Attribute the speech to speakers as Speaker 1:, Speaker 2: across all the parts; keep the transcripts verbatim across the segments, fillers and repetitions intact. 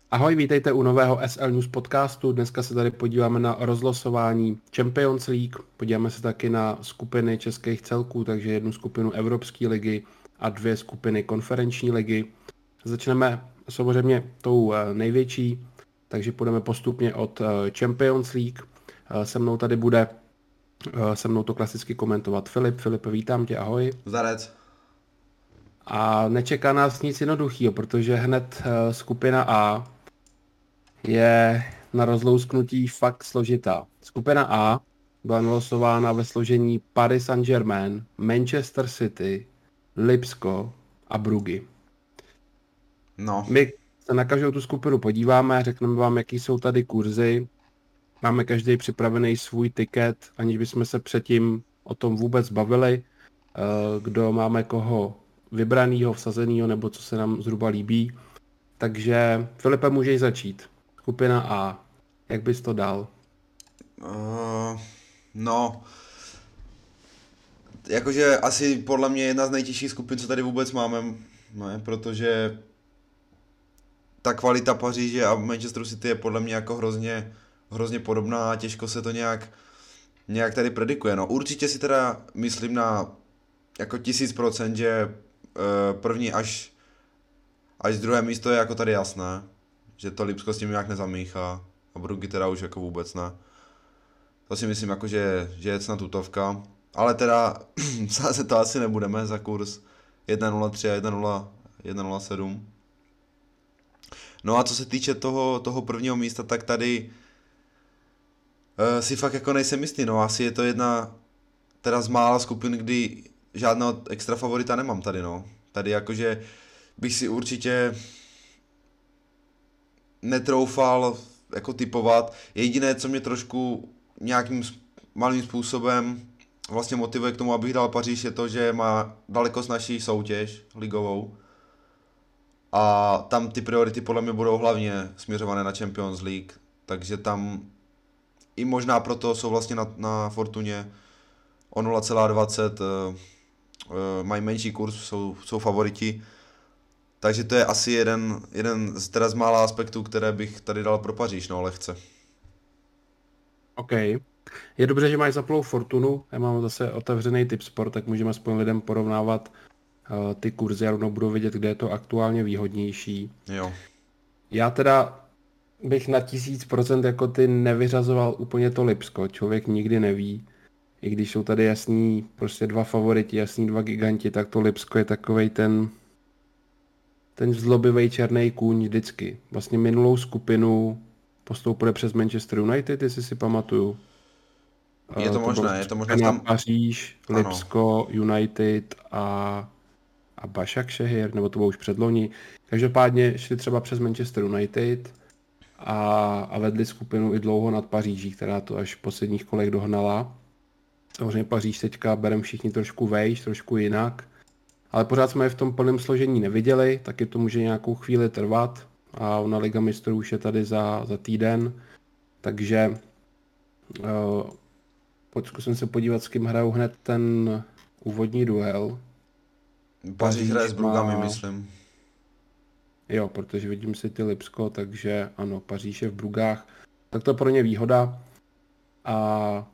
Speaker 1: Ahoj, vítejte u nového S L News podcastu. Dneska se tady podíváme na rozlosování Champions League, podíváme se taky na skupiny českých celků, takže jednu skupinu Evropské ligy a dvě skupiny konferenční ligy. Začneme samozřejmě tou největší, takže půjdeme postupně od Champions League. Se mnou tady bude, se mnou to klasicky komentovat Filip. Filip, vítám tě, ahoj.
Speaker 2: Zarec.
Speaker 1: A nečeká nás nic jednoduchého, protože hned skupina A je na rozlousknutí fakt složitá. Skupina A byla nalosována ve složení Paris Saint-Germain, Manchester City, Lipsko a Bruggy.
Speaker 2: No.
Speaker 1: My se na každou tu skupinu podíváme, řekneme vám, jaký jsou tady kurzy. Máme každý připravený svůj tiket, aniž bychom se předtím o tom vůbec bavili, kdo máme koho vybranýho, vsazenýho, nebo co se nám zhruba líbí. Takže Filipe, můžeš začít. Skupina A. Jak bys to dal?
Speaker 2: Uh, no. Jakože asi podle mě jedna z nejtěžších skupin, co tady vůbec máme, ne, protože ta kvalita Paříže a Manchesteru City je podle mě jako hrozně, hrozně podobná a těžko se to nějak, nějak tady predikuje. No určitě si teda myslím na jako tisíc procent, že uh, první až, až druhé místo je jako tady jasné. Že to Lipsko s tím nějak nezamíchá a Bruggy teda už jako vůbec ne. To si myslím jako, že, že je snad tutovka. Ale teda sázet to asi nebudeme za kurz jedna nula tři a jedna nula sedm. No a co se týče toho, toho prvního místa, tak tady uh, si fakt jako nejsem jistý. No asi je to jedna teda z mála skupin, kdy žádného extra favorita nemám tady, no. Tady jakože bych si určitě netroufal jako typovat. Jediné, co mě trošku nějakým malým způsobem vlastně motivuje k tomu, abych dal Paříž, je to, že má daleko snažší soutěž ligovou a tam ty priority podle mě budou hlavně směřované na Champions League, takže tam i možná proto jsou vlastně na, na Fortuně o nula celá dvacet uh, uh, mají menší kurz, jsou, jsou favoriti. Takže to je asi jeden, jeden z, teda z mála aspektů, které bych tady dal pro Paříž, no lehce.
Speaker 1: OK. Je dobře, že máš zaplou Fortunu. Já mám zase otevřený Tipsport, tak můžeme aspoň lidem porovnávat uh, ty kurzy a rovnou budou vidět, kde je to aktuálně výhodnější.
Speaker 2: Jo.
Speaker 1: Já teda bych na tisíc procent jako ty nevyřazoval úplně to Lipsko. Člověk nikdy neví. I když jsou tady jasní prostě dva favoriti, jasní dva giganti, tak to Lipsko je takovej ten ten zlobivý černý kůň vždycky. Vlastně minulou skupinu postoupili přes Manchester United, jestli si pamatuju.
Speaker 2: Je to, to možné, je to možné. Tam...
Speaker 1: Paříž, Lipsko, ano. United a, a Başakşehir, nebo to bylo už předloni. Každopádně šli třeba přes Manchester United a, a vedli skupinu i dlouho nad Paříží, která to až v posledních kolech dohnala. Samozřejmě Paříž teďka bereme všichni trošku vejš, trošku jinak. Ale pořád jsme je v tom plném složení neviděli, taky to může nějakou chvíli trvat a ona Liga mistrů už je tady za, za týden, takže uh, zkusím se podívat, s kým hrajou hned ten úvodní duel.
Speaker 2: Paříž hraje s Brugami, má... myslím.
Speaker 1: Jo, protože vidím si ty Lipsko, takže ano, Paříž je v Brugách, tak to je pro ně výhoda a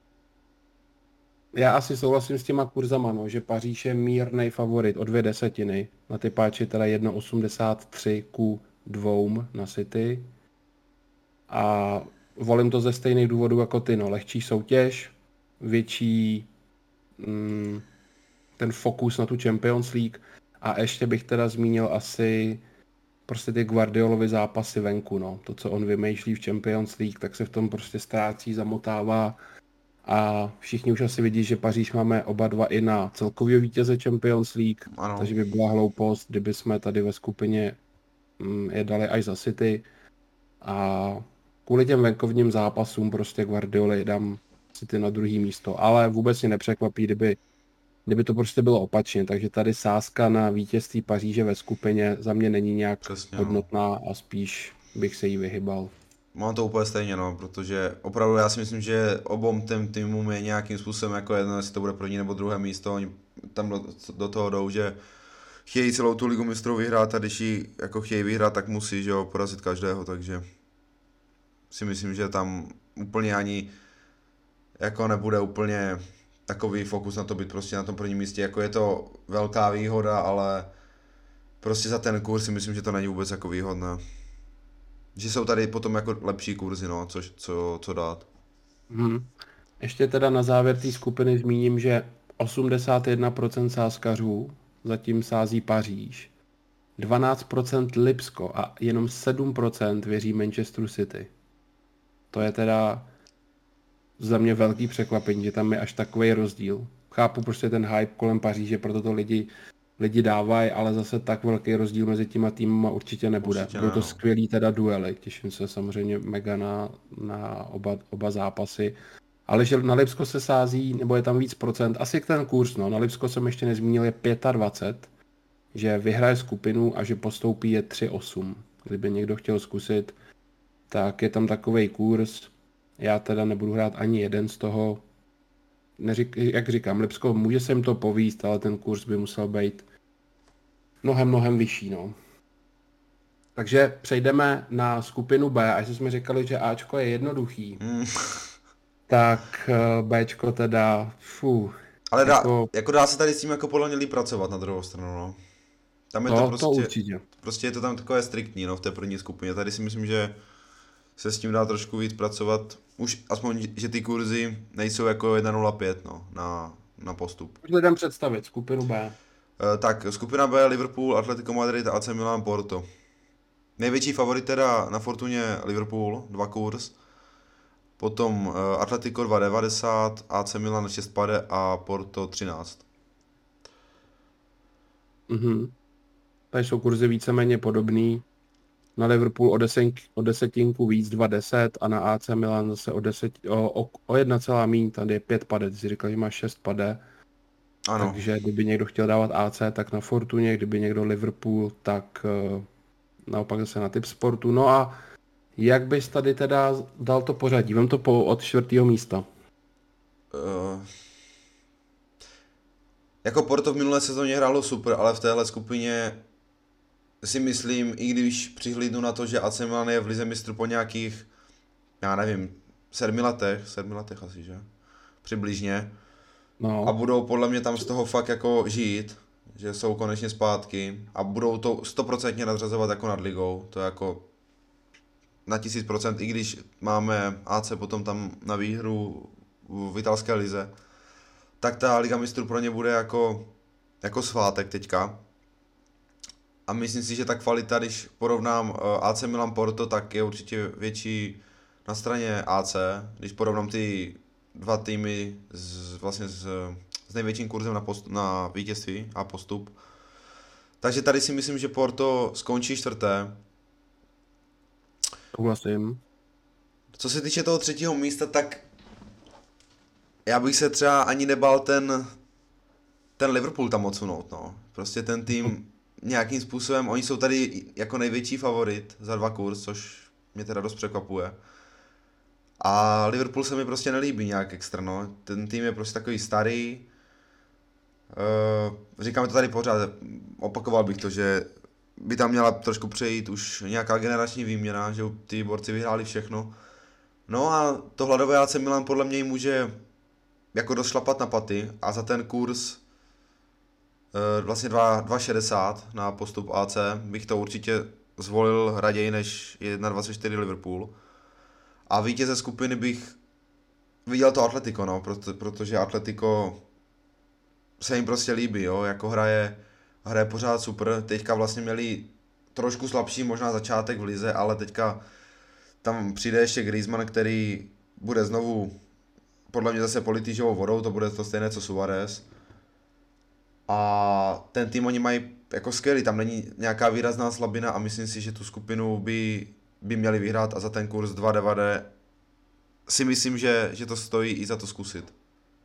Speaker 1: já asi souhlasím s těma kurzama, no, že Paříž je mírnej favorit o dvě desetiny. Na ty páči teda jedna osmdesát tři ku dvou na City. A volím to ze stejných důvodů jako ty, no. Lehčí soutěž, větší mm, ten fokus na tu Champions League. A ještě bych teda zmínil asi prostě ty Guardiolovy zápasy venku, no. To, co on vymýšlí v Champions League, tak se v tom prostě ztrácí, zamotává. A všichni už asi vidí, že Paříž máme oba dva i na celkového vítěze Champions League, ano. Takže by byla hloupost, kdyby jsme tady ve skupině mm, je dali až za City. A kvůli těm venkovním zápasům prostě Guardioli dám City na druhý místo, ale vůbec mě nepřekvapí, kdyby, kdyby to prostě bylo opačně, takže tady sázka na vítězství Paříže ve skupině za mě není nějak Přesně, hodnotná no. A spíš bych se jí vyhybal.
Speaker 2: Mám to úplně stejně, no, protože opravdu já si myslím, že obom těm týmům je nějakým způsobem jako jedno, jestli to bude první nebo druhé místo, oni tam do, do toho jdou, že, chtějí celou tu ligu mistrů vyhrát a když ji jako chtějí vyhrát, tak musí, že jo, porazit každého, takže si myslím, že tam úplně ani jako nebude úplně takový fokus na to být prostě na tom prvním místě, jako je to velká výhoda, ale prostě za ten kurz si myslím, že to není vůbec jako výhodné. Že jsou tady potom jako lepší kurzy, no, co, co, co dát.
Speaker 1: Hmm. Ještě teda na závěr té skupiny zmíním, že osmdesát jedna procent sázkařů zatím sází Paříž, dvanáct procent Lipsko a jenom sedm procent věří Manchesteru City. To je teda za mě velký překvapení, že tam je až takový rozdíl. Chápu prostě ten hype kolem Paříže, proto to lidi, lidi dávají, ale zase tak velký rozdíl mezi těma týmama určitě nebude.
Speaker 2: Určitě
Speaker 1: Budou
Speaker 2: ne,
Speaker 1: to
Speaker 2: no.
Speaker 1: skvělý teda duely, těším se samozřejmě mega na, na oba, oba zápasy. Ale že na Lipsko se sází, nebo je tam víc procent, asi ten kurz, no, na Lipsko jsem ještě nezmínil, je dvacet pět, že vyhraje skupinu a že postoupí je tři osm. Kdyby někdo chtěl zkusit, tak je tam takovej kurz. Já teda nebudu hrát ani jeden z toho. Neřík, jak říkám, Lipsko může se jim to povíst, ale ten kurz by musel být mnohem, mnohem vyšší, no. Takže přejdeme na skupinu B, až jsme říkali, že Ačko je jednoduchý.
Speaker 2: Mm.
Speaker 1: Tak Bčko teda, fů.
Speaker 2: Ale dá,
Speaker 1: jako,
Speaker 2: jako dá se tady s tím jako podle mě líp pracovat na druhou stranu, no. Tam je
Speaker 1: to,
Speaker 2: to
Speaker 1: to
Speaker 2: prostě,
Speaker 1: určitě.
Speaker 2: prostě je to tam takové striktní, no, v té první skupině. Tady si myslím, že se s tím dá trošku víc pracovat. Už aspoň, že ty kurzy nejsou jako jedna nula pět, no, na, na postup.
Speaker 1: Pojď lidem představit skupinu B.
Speaker 2: E, tak, skupina B, Liverpool, Atletico Madrid, A C Milan, Porto. Největší favorit teda na Fortuně Liverpool, dva kurz. Potom uh, Atletico dva devadesát, A C Milan šest pade a Porto třináct.
Speaker 1: Mhm. Tady jsou kurzy víceméně podobný. Na Liverpool o, desenk, o desetinku víc, dva deset a na A C Milan zase o, deset, o, o, o jedna celá míň, tady je pět pade. Ty jsi říkal, že máš šest pade.
Speaker 2: Ano.
Speaker 1: Takže kdyby někdo chtěl dávat A C, tak na Fortuně, kdyby někdo Liverpool, tak uh, naopak zase na Tip Sportu. No a jak bys tady teda dal to pořadí? Vem to po, od čtvrtého místa.
Speaker 2: Uh, jako Porto v minulé sezóně hrálo super, ale v téhle skupině si myslím, i když přihlídnu na to, že A C Milan je v lize mistrů po nějakých, já nevím, sedmi letech, sedmi letech asi, že? Přibližně.
Speaker 1: No.
Speaker 2: A budou podle mě tam z toho fakt jako žít, že jsou konečně zpátky a budou to stoprocentně nadřazovat jako nad ligou, to je jako na tisíc procent, i když máme A C potom tam na výhru v italské lize, tak ta Liga mistrů pro ně bude jako, jako svátek teďka. A myslím si, že ta kvalita, když porovnám A C Milan Porto, tak je určitě větší na straně A C. Když porovnám ty dva týmy z, vlastně s, s největším kurzem na, post, na vítězství a postup. Takže tady si myslím, že Porto skončí čtvrté.
Speaker 1: Souhlasím.
Speaker 2: Co se týče toho třetího místa, tak já bych se třeba ani nebál ten, ten Liverpool tam odsunout, no. Prostě ten tým nějakým způsobem, oni jsou tady jako největší favorit za dva kurz, což mě teda dost překvapuje. A Liverpool se mi prostě nelíbí nějak extra, no. Ten tým je prostě takový starý. Uh, říkám to tady pořád, opakoval bych to, že by tam měla trošku přejít už nějaká generační výměna, že ty borci vyhráli všechno. No a to hladové A C Milan podle mě může jako dost šlapat na paty a za ten kurz uh, vlastně dva šedesát na postup A C bych to určitě zvolil raději než jedna dvacet čtyři Liverpool. A vítěze skupiny bych viděl to Atletico, no, proto, protože Atletico se jim prostě líbí, jo, jako hraje, hraje pořád super, teďka vlastně měli trošku slabší možná začátek v lize, ale teďka tam přijde ještě Griezmann, který bude znovu podle mě zase politížovou vodou, to bude to stejné co Suarez. A ten tým oni mají jako skvělý, tam není nějaká výrazná slabina a myslím si, že tu skupinu by, by měli vyhrát a za ten kurz dva devadesát si myslím, že, že to stojí i za to zkusit.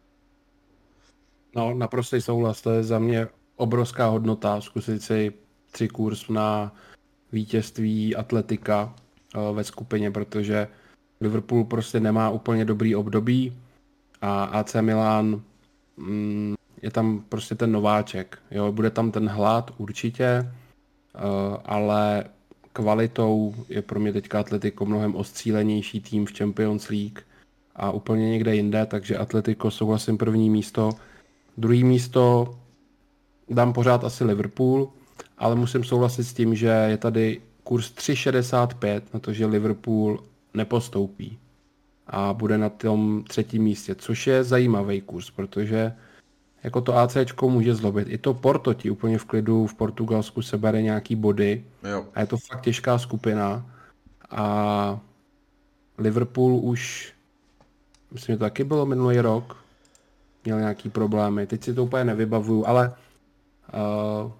Speaker 1: No, naprostý souhlas, to je za mě obrovská hodnota, zkusit si tři kurz na vítězství Atletika ve skupině, protože Liverpool prostě nemá úplně dobrý období a A C Milan, mm, je tam prostě ten nováček. Jo, bude tam ten hlad určitě, uh, ale kvalitou je pro mě teďka Atletico mnohem ostřílenější tým v Champions League a úplně někde jinde, takže Atletico souhlasím první místo. Druhý místo dám pořád asi Liverpool, ale musím souhlasit s tím, že je tady kurz tři šedesát pět na to, že Liverpool nepostoupí a bude na tom třetím místě, což je zajímavý kurz, protože jako to ACčko může zlobit. I to Porto ti úplně v klidu v Portugalsku se bere nějaký body
Speaker 2: Jo.
Speaker 1: a je to fakt těžká skupina a Liverpool už, myslím, že to taky bylo minulý rok, měl nějaký problémy, teď si to úplně nevybavuju, ale uh,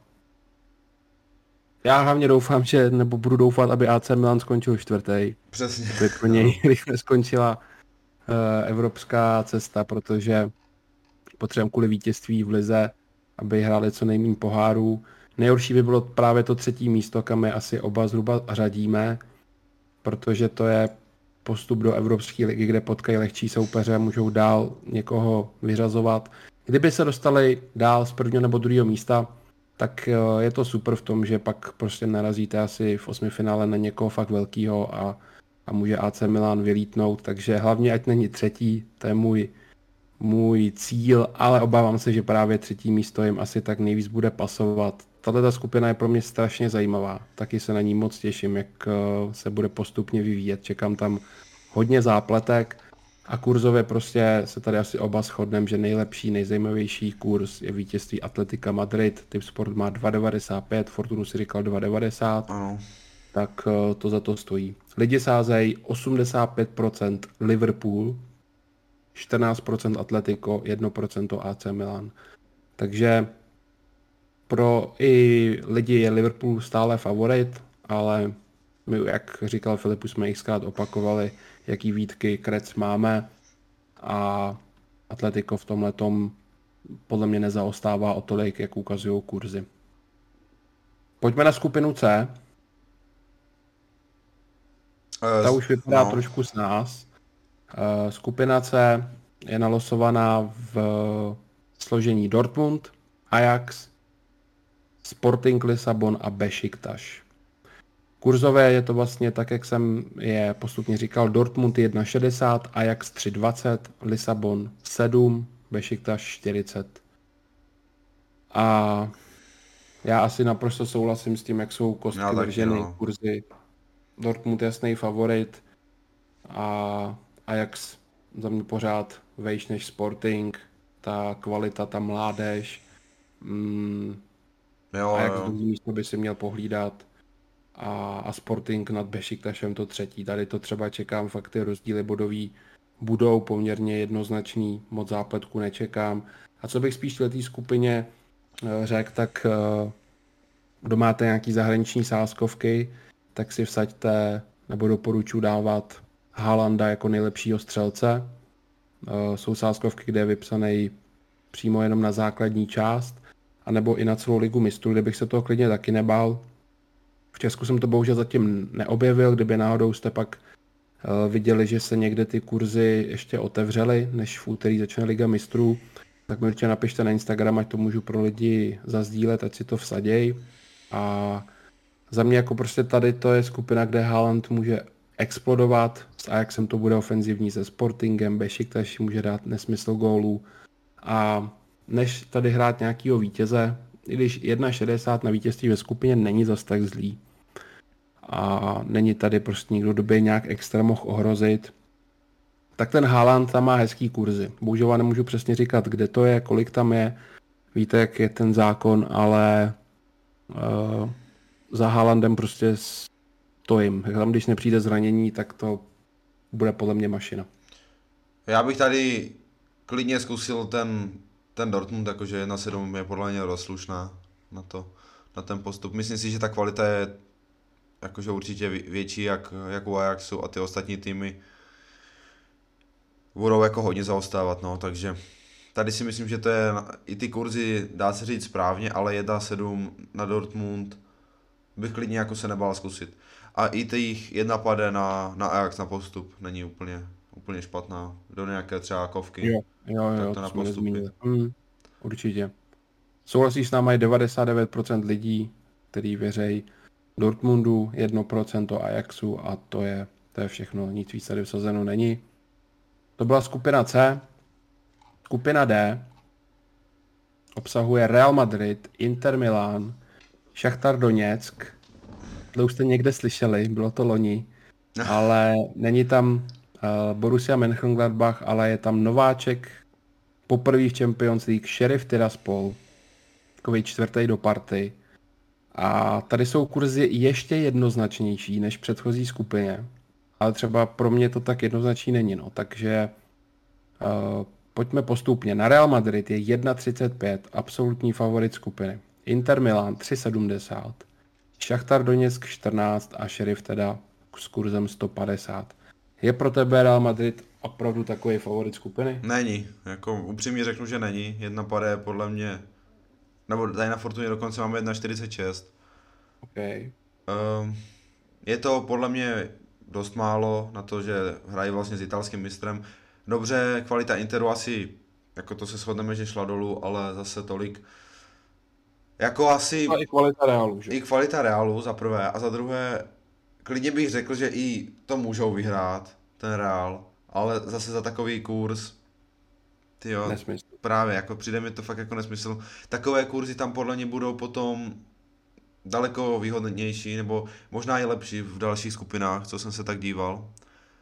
Speaker 1: já hlavně doufám, že, nebo budu doufat, aby A C Milan skončil čtvrtý.
Speaker 2: Přesně.
Speaker 1: Aby pro něj rychle skončila uh, evropská cesta, protože potřebujeme kvůli vítězství v lize, aby hráli co nejméně pohárů. Nejhorší by bylo právě to třetí místo, kam je asi oba zhruba řadíme, protože to je postup do Evropské ligy, kde potkají lehčí soupeře a můžou dál někoho vyřazovat. Kdyby se dostali dál z prvního nebo druhého místa, tak je to super v tom, že pak prostě narazíte asi v osmifinále na někoho fakt velkýho a, a může A C Milan vylítnout, takže hlavně ať není třetí, to je můj, můj cíl, ale obávám se, že právě třetí místo jim asi tak nejvíc bude pasovat. Tato skupina je pro mě strašně zajímavá, taky se na ní moc těším, jak se bude postupně vyvíjet, čekám tam hodně zápletek a kurzově prostě se tady asi oba shodneme, že nejlepší, nejzajímavější kurz je vítězství Atletica Madrid, Tipsport má dva devadesát pět, Fortunu si říkal dva devadesát,
Speaker 2: Ano.
Speaker 1: tak to za to stojí. Lidi sázejí osmdesát pět procent Liverpool, čtrnáct procent Atletico, jedna procento A C Milan. Takže pro i lidi je Liverpool stále favorit, ale my, jak říkal Filip, už jsme jich zkrát opakovali, jaký výtky Krec máme a Atletico v tomhletom podle mě nezaostává o tolik, jak ukazují kurzy. Pojďme na skupinu C. Ta už vypadá no. trošku s nás. Skupina C je nalosovaná v složení Dortmund, Ajax, Sporting Lisabon a Beşiktaş. Kurzové je to vlastně tak, jak jsem je postupně říkal, Dortmund jedna šedesát, Ajax tři dvacet, Lisabon sedm, Beşiktaş čtyřicet. A já asi naprosto souhlasím s tím, jak jsou kostky vrženy no. kurzy. Dortmund jasný favorit a Ajax za mě pořád vejš než Sporting, ta kvalita, ta mládež. Mm,
Speaker 2: jo,
Speaker 1: Ajax
Speaker 2: jo.
Speaker 1: druhý místo by si měl pohlídat. A, a Sporting nad Beşiktašem to třetí. Tady to třeba čekám, fakt ty rozdíly bodový budou poměrně jednoznačný, moc zápletku nečekám. A co bych spíš v té skupině řekl, tak kdo máte nějaký zahraniční sázkovky, tak si vsaďte, nebo doporučuji dávat Haalanda jako nejlepšího střelce. Jsou sázkovky, kde je vypsaný přímo jenom na základní část, anebo i na celou ligu mistrů, kde bych se toho klidně taky nebál. V Česku jsem to bohužel zatím neobjevil, kdyby náhodou jste pak uh, viděli, že se někde ty kurzy ještě otevřely, než v úterý začne Liga mistrů, tak mi určitě napište na Instagram, ať to můžu pro lidi zazdílet, ať si to vsaděj. A za mě jako prostě tady to je skupina, kde Haaland může explodovat, s Ajaxem to bude ofenzivní, se Sportingem, Beşiktaş může dát nesmysl gólů. A než tady hrát nějakýho vítěze, i když jedna šedesát na vítězství ve skupině není zas tak zlý. A není tady prostě nikdo, kdo by nějak extra mohl ohrozit. Tak ten Haaland tam má hezký kurzy. Bohužel vám nemůžu přesně říkat, kde to je, kolik tam je. Víte, jak je ten zákon, ale uh, za Haalandem prostě stojím. Tam, když nepřijde zranění, tak to bude podle mě mašina.
Speaker 2: Já bych tady klidně zkusil ten, ten Dortmund, jakože jedna sedm je podle mě rozslušná na to, na ten postup. Myslím si, že ta kvalita je jakože určitě větší jak, jak u Ajaxu a ty ostatní týmy budou jako hodně zaostávat, no, takže tady si myslím, že to je, i ty kurzy dá se říct správně, ale jedna sedm na Dortmund bych klidně jako se nebál zkusit. A i těch jedna pade na, na Ajax na postup není úplně, úplně špatná, do nějaké třeba kovky.
Speaker 1: Jo, jo, jo,
Speaker 2: tak to na postupy.
Speaker 1: Mm. určitě. Souhlasíš s námi, devadesát devět procent lidí, který věří Dortmundu, jedno procento Ajaxu a to je, to je všechno, nic víc tady vsazeno není. To byla skupina C. Skupina D obsahuje Real Madrid, Inter Milan, Šachtar Doněck, to už jste někde slyšeli, bylo to loni, ale není tam uh, Borussia Mönchengladbach, ale je tam nováček, poprvé v Champions League, Sheriff Tiraspol, takový čtvrtý do party. A tady jsou kurzy ještě jednoznačnější než v předchozí skupině, ale třeba pro mě to tak jednoznačný není, no, takže uh, pojďme postupně. Na Real Madrid je jedna třicet pět, absolutní favorit skupiny. Inter Milan tři sedmdesát, Šachtar Doněck čtrnáct a Sheriff teda s kurzem sto padesát. Je pro tebe Real Madrid opravdu takový favorit skupiny?
Speaker 2: Není, jako upřímně řeknu, že není. Jedna pade je podle mě, nebo tady na Fortuně dokonce máme jedna čtyřicet šest.
Speaker 1: Okay.
Speaker 2: Um, je to podle mě dost málo na to, že hrají vlastně s italským mistrem. Dobře, kvalita Interu asi, jako to se shodneme, že šla dolů, ale zase tolik. Jako asi...
Speaker 1: A i kvalita Realu, že?
Speaker 2: I kvalita Realu za prvé a za druhé, klidně bych řekl, že i to můžou vyhrát, ten Real, ale zase za takový kurz, tyjo,
Speaker 1: Nesmysl.
Speaker 2: právě, jako přijde mi to fakt jako nesmysl. Takové kurzy tam podle mě budou potom daleko výhodnější, nebo možná i lepší v dalších skupinách, co jsem se tak díval.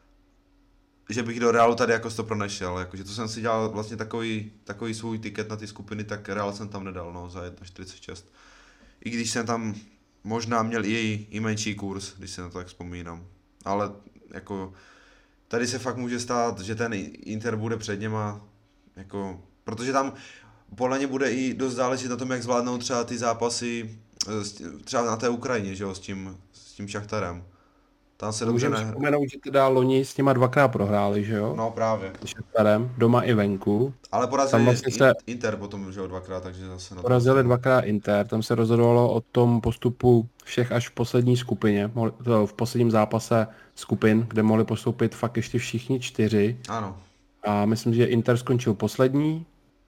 Speaker 2: Že bych do Realu tady jako stopro nešel, jakože to jsem si dělal vlastně takový, takový svůj tiket na ty skupiny, tak Real jsem tam nedal, no, za jedna čtyřicet šest. I když jsem tam možná měl i, i menší kurz, když se na to tak vzpomínám. Ale jako tady se fakt může stát, že ten Inter bude před něma, jako, protože tam podle mě bude i dost záležet na tom, jak zvládnou třeba ty zápasy třeba na té Ukrajině, že jo, s tím, s tím Šachtarem. Tam se dobře
Speaker 1: Můžeme
Speaker 2: ne...
Speaker 1: vzpomenout, že teda loni s těma dvakrát prohráli, že jo?
Speaker 2: No právě.
Speaker 1: S Šachtarem, doma i venku.
Speaker 2: Ale porazili
Speaker 1: Tam vlastně se
Speaker 2: Inter potom, že jo, dvakrát, takže zase na to...
Speaker 1: Porazili dvakrát Inter, tam se rozhodovalo o tom postupu všech až v poslední skupině, v posledním zápase skupin, kde mohli postoupit fakt ještě všichni čtyři.
Speaker 2: Ano.
Speaker 1: A myslím, že Inter skončil poslední,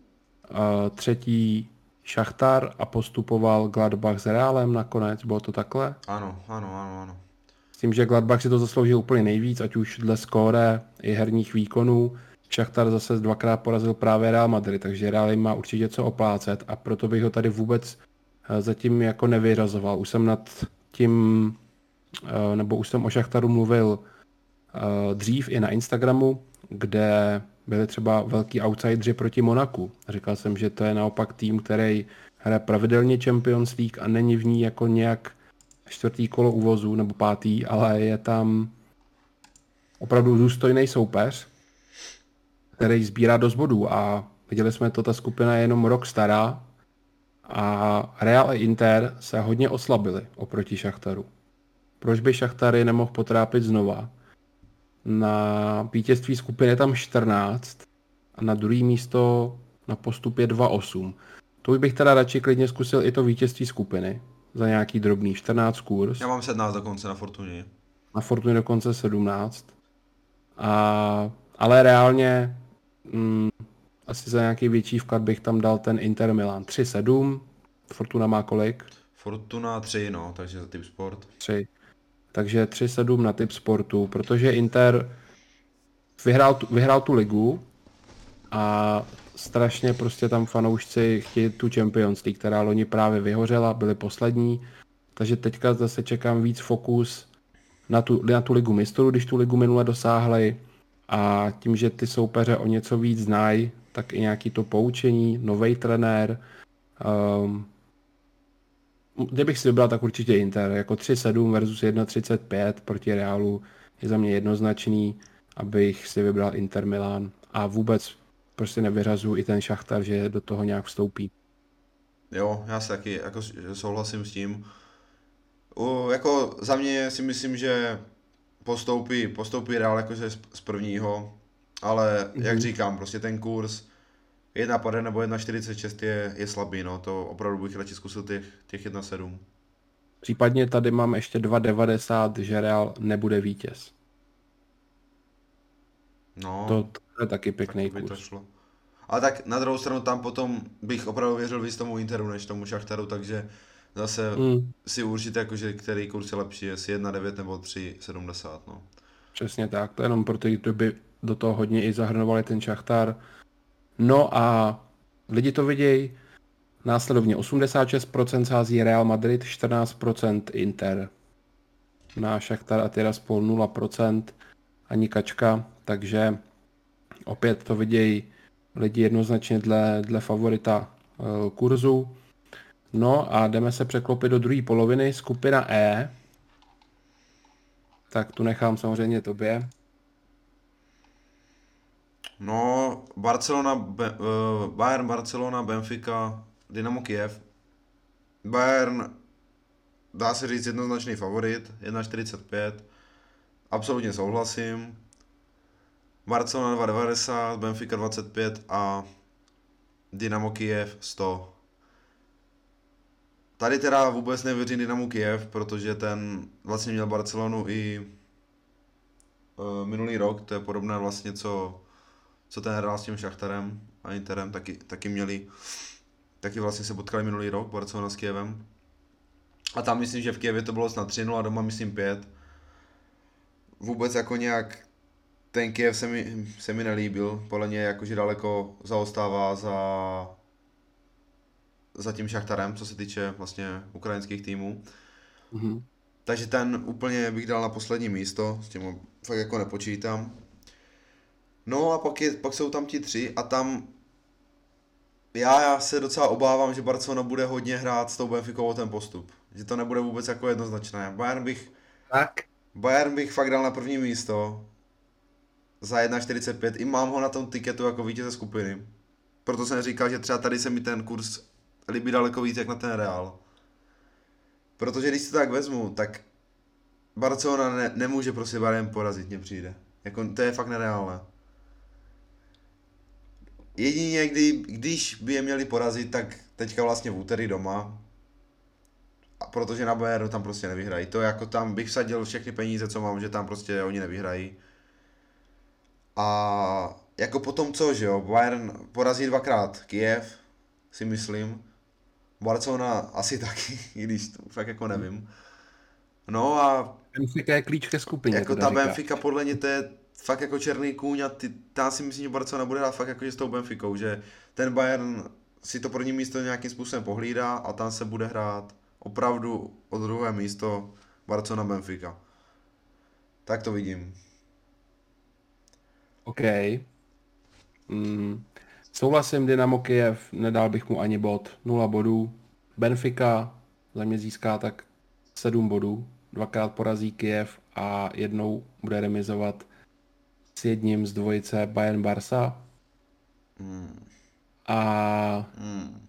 Speaker 1: a třetí Šachtar a postupoval Gladbach s Realem nakonec, bylo to takhle?
Speaker 2: Ano, ano, ano, ano.
Speaker 1: S tím, že Gladbach si to zasloužil úplně nejvíc, ať už dle skóre i herních výkonů. Šachtar zase dvakrát porazil právě Real Madrid, takže Real má určitě co oplácet a proto bych ho tady vůbec zatím jako nevyrazoval. Už jsem nad tím, nebo už jsem o Šachtaru mluvil dřív i na Instagramu, kde byli třeba velký outsideri proti Monaku. Říkal jsem, že to je naopak tým, který hraje pravidelně Champions League a není v ní jako nějak čtvrtý kolo uvozu nebo pátý, ale je tam opravdu důstojný soupeř, který sbírá dost bodů a viděli jsme to, ta skupina je jenom rok stará a Real a Inter se hodně oslabili oproti Šachtaru. Proč by Šachtar je nemohl potrápit znova? Na vítězství skupiny je tam čtrnáct a na druhé místo na postup je dva osm. To bych teda radši klidně zkusil i to vítězství skupiny za nějaký drobný čtrnáct kurz.
Speaker 2: Já mám sedmnáct dokonce na Fortuně.
Speaker 1: Na Fortuně dokonce sedmnáct. A, ale reálně mm, asi za nějaký větší vklad bych tam dal ten Inter Milan. tři sedm. Fortuna má kolik?
Speaker 2: Fortuna tři, no, takže za Tip Sport.
Speaker 1: tři. Takže tři sedm na Tip Sportu, protože Inter vyhrál tu, vyhrál tu ligu a strašně prostě tam fanoušci chtějí tu Champions League, která loni právě vyhořela, byli poslední, takže teďka zase čekám víc fokus na tu, na tu ligu mistrů, když tu ligu minule dosáhli a tím, že ty soupeře o něco víc znají, tak i nějaký to poučení, novej trenér. Um, kdybych si vybral, tak určitě Inter, jako tři sedm versus jedna třicet pět proti Realu je za mě jednoznačný, abych si vybral Inter Milan a vůbec prostě nevyřazuju i ten Šachtar, že do toho nějak vstoupí.
Speaker 2: Jo, já se taky jako souhlasím s tím. U, jako za mě si myslím, že postoupí, postoupí Real jakože z, z prvního, ale mm-hmm. jak říkám, prostě ten kurz jedna pade nebo jedna čtyřicet šest je, je slabý, no, to opravdu bych radši zkusil těch, těch jedna sedm.
Speaker 1: Případně tady mám ještě dva devadesát, že Real nebude vítěz.
Speaker 2: No,
Speaker 1: To, to je taky pěkný
Speaker 2: tak by to
Speaker 1: kurz.
Speaker 2: šlo. Ale tak na druhou stranu tam potom bych opravdu věřil víc tomu Interu než tomu Šachtaru, takže zase
Speaker 1: Mm,
Speaker 2: si určitě jakože který kurz je lepší, jestli jedna devět nebo tři sedmdesát, no.
Speaker 1: přesně tak, to je jenom pro ty, kdo by do toho hodně i zahrnovali ten Šachtar. No a lidi to vidějí následovně. osmdesát šest procent sází Real Madrid, čtrnáct procent Inter. Na Šachtar a Tiraspol nula procent, ani kačka, takže opět to vidějí lidi jednoznačně dle, dle favorita uh, kurzu. No a jdeme se překlopit do druhé poloviny, skupina E. Tak tu nechám samozřejmě tobě.
Speaker 2: No, Barcelona, Be- uh, Bayern, Barcelona, Benfica, Dynamo Kiev. Bayern, dá se říct jednoznačný favorit, jedna čtyřicet pět. Absolutně souhlasím. Barcelona dva devadesát, Benfica dvacet pět a Dynamo Kiev sto. Tady teda vůbec nevěřím Dynamo Kiev, protože ten vlastně měl Barcelonu i uh, minulý rok, to je podobné vlastně, co, co ten hrál s tím Šachtarem a Interem, taky, taky měli, taky vlastně se potkali minulý rok, Barcelona s Kievem. A tam myslím, že v Kievě to bylo snad tři nula, doma myslím pět. Vůbec jako nějak ten Kiev se mi, se mi nelíbil, podle mě jakože daleko zaostává za, za tím Šachtarem, co se týče vlastně ukrajinských týmů.
Speaker 1: Mhm.
Speaker 2: Takže ten úplně bych dal na poslední místo, s tím fakt jako nepočítám. No a pak, je, pak jsou tam ti tři a tam já, já se docela obávám, že Barcelona bude hodně hrát s tou Benficou ten postup. Že to nebude vůbec jako jednoznačné. Bayern bych,
Speaker 1: Tak.
Speaker 2: Bayern bych fakt dal na první místo za jedna čtyřicet pět. I mám ho na tom tiketu jako vítěze skupiny. Proto jsem říkal, že třeba tady se mi ten kurz líbí daleko víc jak na ten Real. Protože když si to tak vezmu, tak Barcelona ne, nemůže prostě Bayern porazit, mně přijde. Jako, to je fakt nereálné. Jedině, kdy, když by je měli porazit, tak teďka vlastně v úterý doma. A protože na Bayernu tam prostě nevyhrají. To jako tam bych vsadil všechny peníze, co mám, že tam prostě oni nevyhrají. A jako potom co, že jo, Bayern porazí dvakrát Kiev, si myslím. Barcelona asi taky, i když to fakt jako nevím. No a
Speaker 1: Benfica je klíč ke skupině,
Speaker 2: jako
Speaker 1: teda
Speaker 2: ta
Speaker 1: říká.
Speaker 2: Benfica podle mě to je fakt jako černý kůň a ty, já si myslím, že Barcelona bude hrát fakt jako s tou Benficou, že ten Bayern si to první místo nějakým způsobem pohlídá a tam se bude hrát opravdu o druhé místo Barcelona Benfica. Tak to vidím.
Speaker 1: OK. Mm. Souhlasím, Dynamo Kiev, nedal bych mu ani bod, nula bodů. Benfica za mě získá tak sedm bodů, dvakrát porazí Kiev a jednou bude remizovat s jedním z dvojice Bayern Barca.
Speaker 2: Hmm.
Speaker 1: A
Speaker 2: Hmm.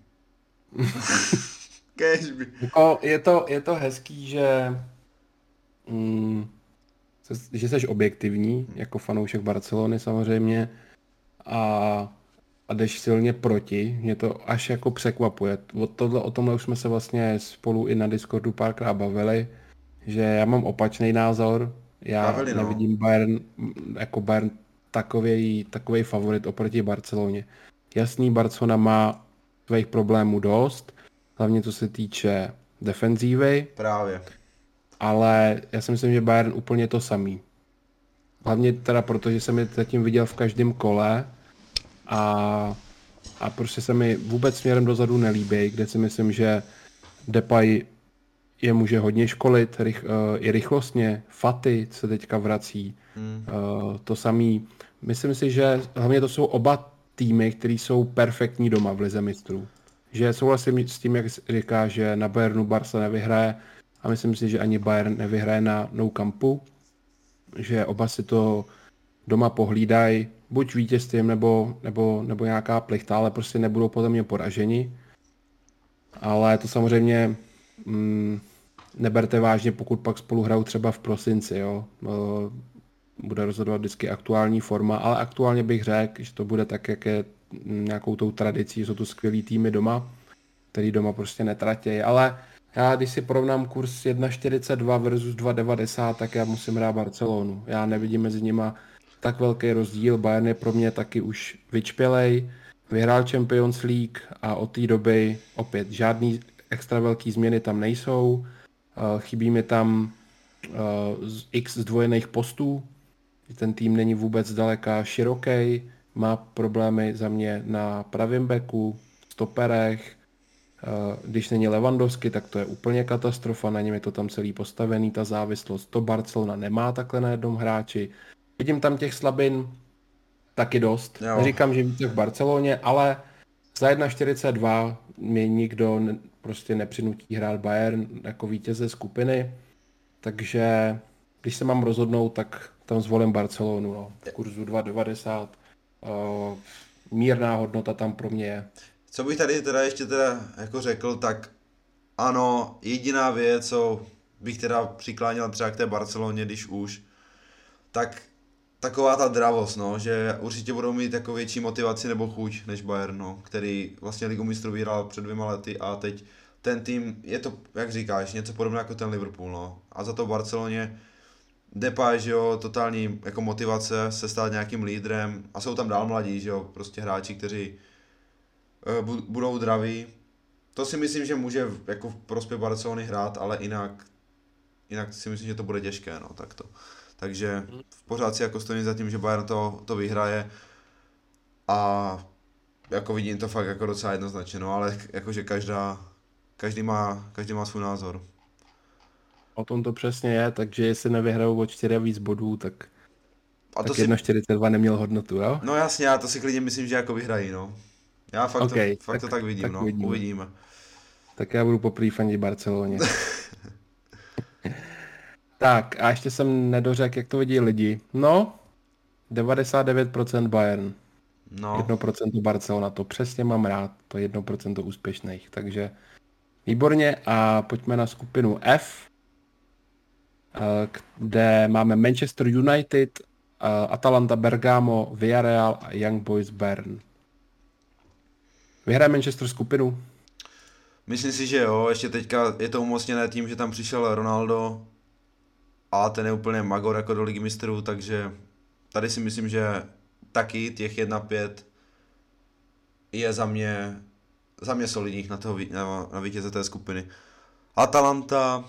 Speaker 2: Kežby.
Speaker 1: jako je, to, je to hezký, že, mm, že jsi objektivní, jako fanoušek Barcelony samozřejmě, a a jdeš silně proti, mě to až jako překvapuje. O, tohle, o tomhle už jsme se vlastně spolu i na Discordu párkrát bavili, že já mám opačný názor, já
Speaker 2: Bavili, no.
Speaker 1: nevidím Bayern jako Bayern takovej, takovej favorit oproti Barceloně. Jasný, Barcelona má svých problémů dost, hlavně co se týče defenzívy,
Speaker 2: Právě.
Speaker 1: ale já si myslím, že Bayern úplně to samý. Hlavně teda proto, že jsem je zatím viděl v každém kole, A, a prostě se mi vůbec směrem dozadu nelíbí, kde si myslím, že Depay je může hodně školit, rych, uh, i rychlostně, Fati se teďka vrací,
Speaker 2: Hmm.
Speaker 1: uh, to samý. Myslím si, že hlavně to jsou oba týmy, které jsou perfektní doma v lize mistrů. Že souhlasím s tím, jak říká, že na Bayernu Barca nevyhraje a myslím si, že ani Bayern nevyhraje na Nou Campu, že oba si to doma pohlídají, buď vítězstvím nebo, nebo, nebo nějaká plichta, ale prostě nebudou podle mě poraženi. Ale to samozřejmě mm, neberte vážně, pokud pak spolu hrajou třeba v prosinci. Jo. Bude rozhodovat vždycky aktuální forma, ale aktuálně bych řekl, že to bude tak, jak je nějakou tou tradicí, jsou to skvělý týmy doma, který doma prostě netratějí. Ale já, když si porovnám kurz jedna čtyřicet dva versus dva devadesát, tak já musím hrát Barcelonu. Já nevidím mezi nima tak velký rozdíl. Bayern je pro mě taky už vyčpělej. vyhrál Champions League a od té doby opět žádný extra velký změny tam nejsou. Chybí mi tam x zdvojených postů. Ten tým není vůbec zdaleka široký, má problémy za mě na pravém beku, stoperech. Když není Lewandowski, tak to je úplně katastrofa, na něm je to tam celý postavený, ta závislost. To Barcelona nemá takhle na jednom hráči. Vidím tam těch slabin taky dost. Jo. Neříkám, že více v Barceloně, ale za jedna čtyřicet dva mě nikdo ne, prostě nepřinutí hrát Bayern jako vítěze skupiny, takže když se mám rozhodnout, tak tam zvolím Barcelonu, no. V kurzu dva devadesát. Uh, mírná hodnota tam pro mě je.
Speaker 2: Co bych tady teda ještě teda jako řekl, tak ano, jediná věc, co bych teda přikláněl třeba k té Barceloně, když už, tak taková ta dravost, no, že určitě budou mít jako větší motivaci nebo chuť než Bayern, no, který vlastně Ligu mistrů vyhrál před dvěma lety a teď ten tým, je to, jak říkáš, něco podobné jako ten Liverpool, no, a za to v Barceloně Depay, že jo, totální jako motivace se stát nějakým lídrem a jsou tam dál mladí, že jo, prostě hráči, kteří uh, budou zdraví. To si myslím, že může jako v prospěch Barcelony hrát, ale jinak, jinak si myslím, že to bude těžké, no, takto. Takže pořád si jako stojím za tím, že Bayern to, to vyhraje a jako vidím to fakt jako docela jednoznačně, no, ale jakože každá, každý má, každý má svůj názor.
Speaker 1: O tom to přesně je, takže jestli nevyhrajou o čtyři víc bodů, tak,
Speaker 2: a to
Speaker 1: tak
Speaker 2: si...
Speaker 1: jedna čtyřicet dva neměl hodnotu, jo?
Speaker 2: No jasně, já to si klidně myslím, že jako vyhrají, no. Já fakt, okay, to, fakt tak, to tak vidím, tak no, uvidíme. uvidíme.
Speaker 1: Tak já budu poprvé fandit Barceloně. Tak a ještě jsem nedořekl, jak to vidí lidi. No, devadesát devět procent Bayern. No. jedno procento Barcelona, to přesně mám rád, to je jedno procento úspěšných, takže výborně a pojďme na skupinu F, kde máme Manchester United, Atalanta Bergamo, Villarreal a Young Boys Bern. Vyhraje Manchester skupinu?
Speaker 2: Myslím si, že jo, ještě teďka je to umocněné tím, že tam přišel Ronaldo a ten je úplně magor jako do Ligy mistrů, takže tady si myslím, že taky těch jedna pět je za mě, za mě solidních na, toho, na, na vítěze té skupiny. Atalanta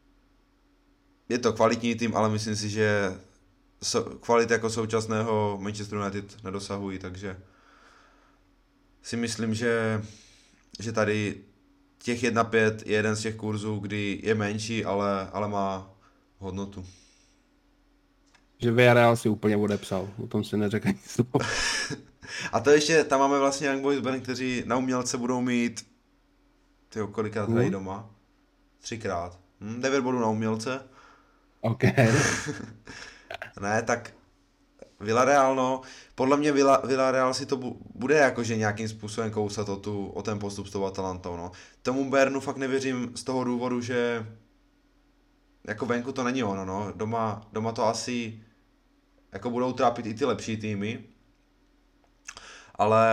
Speaker 2: je to kvalitní tým, ale myslím si, že so, kvality jako současného Manchester United nedosahují, takže si myslím, že, že tady těch jedna pět je jeden z těch kurzů, kdy je menší, ale, ale má hodnotu.
Speaker 1: Že Villarreal si úplně odepsal, o tom si neřekl nic.
Speaker 2: A to ještě, tam máme vlastně Young Boys Bern, kteří na umělce budou mít, tyjo, kolikrát hrají hmm. doma? Třikrát. Hm, devět bodů na umělce.
Speaker 1: OK.
Speaker 2: Ne, tak Villarreal, no, podle mě Villa, Villarreal si to bu- bude jakože nějakým způsobem kousat o, tu, o ten postup s tou Atalantou, no. Tomu Bernu fakt nevěřím z toho důvodu, že jako venku to není ono, no. Doma, doma to asi jako budou trápit i ty lepší týmy, ale,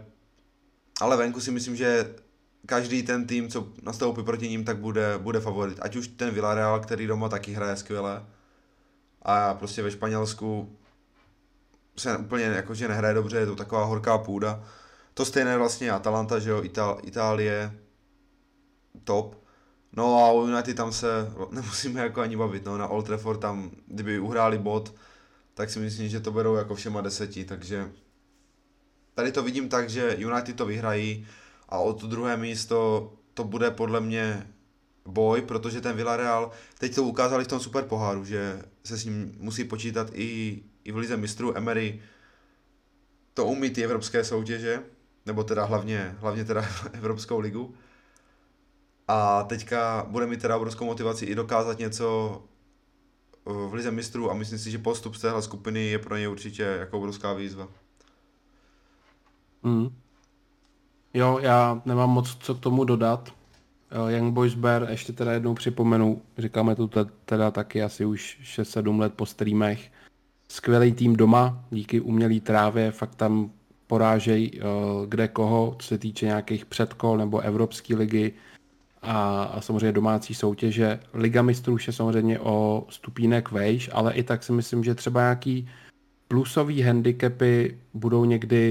Speaker 2: ale venku si myslím, že každý ten tým, co nastoupí proti ním, tak bude, bude favorit. Ať už ten Villarreal, který doma taky hraje skvěle a prostě ve Španělsku se úplně jakože nehraje dobře, je to taková horká půda. To stejné vlastně Atalanta, že jo, Itál- Itálie, top. No a u United tam se nemusíme jako ani bavit, no, na Old Trafford tam, kdyby uhráli bod, tak si myslím, že to berou jako všema deseti, takže tady to vidím tak, že United to vyhrají a o to druhé místo to bude podle mě boj, protože ten Villarreal, teď to ukázali v tom super poháru, že se s ním musí počítat i, i v lize mistrů. Emery to umí ty evropské soutěže, nebo teda hlavně, hlavně teda Evropskou ligu. A teďka bude mít teda obrovskou motivaci i dokázat něco v lize mistrů a myslím si, že postup z téhle skupiny je pro ně určitě jako obrovská výzva.
Speaker 1: Mm. Jo, já nemám moc co k tomu dodat. Young Boys Bern, ještě teda jednou připomenu, říkáme to teda taky asi už šest sedm let po streamech. Skvělý tým doma, díky umělý trávě, fakt tam porážej kde koho, co se týče nějakých předkol nebo Evropské ligy a, a samozřejmě domácí soutěže. Liga mistrů je samozřejmě o stupínek vejš, ale i tak si myslím, že třeba nějaký plusový handicapy budou někdy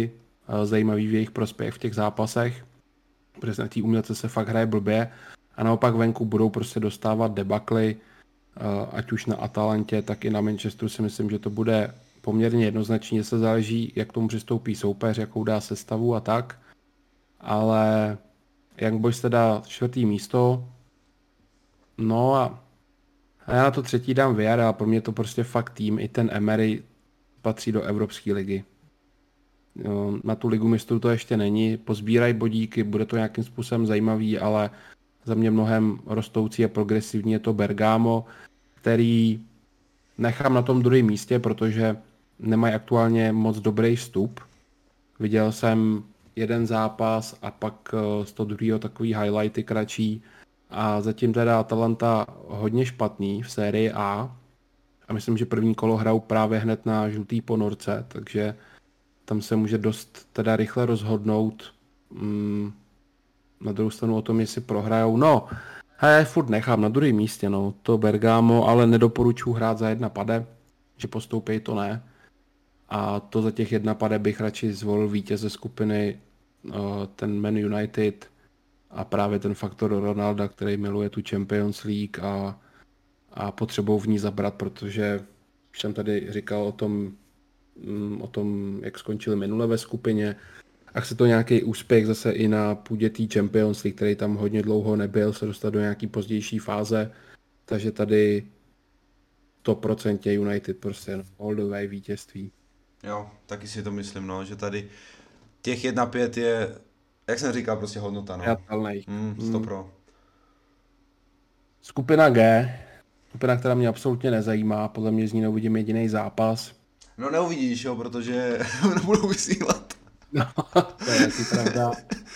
Speaker 1: zajímavý v jejich prospěch v těch zápasech, protože na té umělce se fakt hraje blbě a naopak venku budou prostě dostávat debakly, ať už na Atalantě, tak i na Manchesteru si myslím, že to bude poměrně jednoznačně, se záleží, jak tomu přistoupí soupeř, jakou dá sestavu a tak, ale Young Boys teda čtvrtý místo, no a a já na to třetí dám Villarreal, pro mě to prostě fakt tým, i ten Emery patří do Evropské ligy. Na tu ligu mistrů to ještě není, pozbírají bodíky, bude to nějakým způsobem zajímavý, ale za mě mnohem rostoucí a progresivní je to Bergamo, který nechám na tom druhém místě, protože nemají aktuálně moc dobrý vstup. Viděl jsem jeden zápas a pak z toho druhého takový highlighty kratší a zatím teda Atalanta hodně špatný v sérii A a myslím, že první kolo hrajou právě hned na žlutý ponorce, takže tam se může dost teda rychle rozhodnout. Mm, na druhou stranu o tom, jestli prohrajou. No, já furt nechám na druhém místě, no, to Bergamo, ale nedoporučuji hrát za jedna pade, že postoupí to ne. A to za těch jedna pade bych radši zvolil vítěze skupiny, ten Man United a právě ten faktor Ronalda, který miluje tu Champions League a, a potřebou v ní zabrat, protože už jsem tady říkal o tom, o tom, jak skončili minule ve skupině. A chce to nějaký úspěch zase i na půdě té Champions League, který tam hodně dlouho nebyl, se dostat do nějaký pozdější fáze. Takže tady sto procent United prostě all the way vítězství.
Speaker 2: Jo, taky si to myslím, no, že tady těch jedna pět je, jak jsem říkal, prostě hodnota, no.
Speaker 1: Jatelnej.
Speaker 2: Mm, sto pro.
Speaker 1: Skupina G, skupina, která mě absolutně nezajímá, podle mě z ní neuvidím jediný zápas.
Speaker 2: No neuvidíš, jo, protože nebudou vysílat.
Speaker 1: No, to je taky pravda.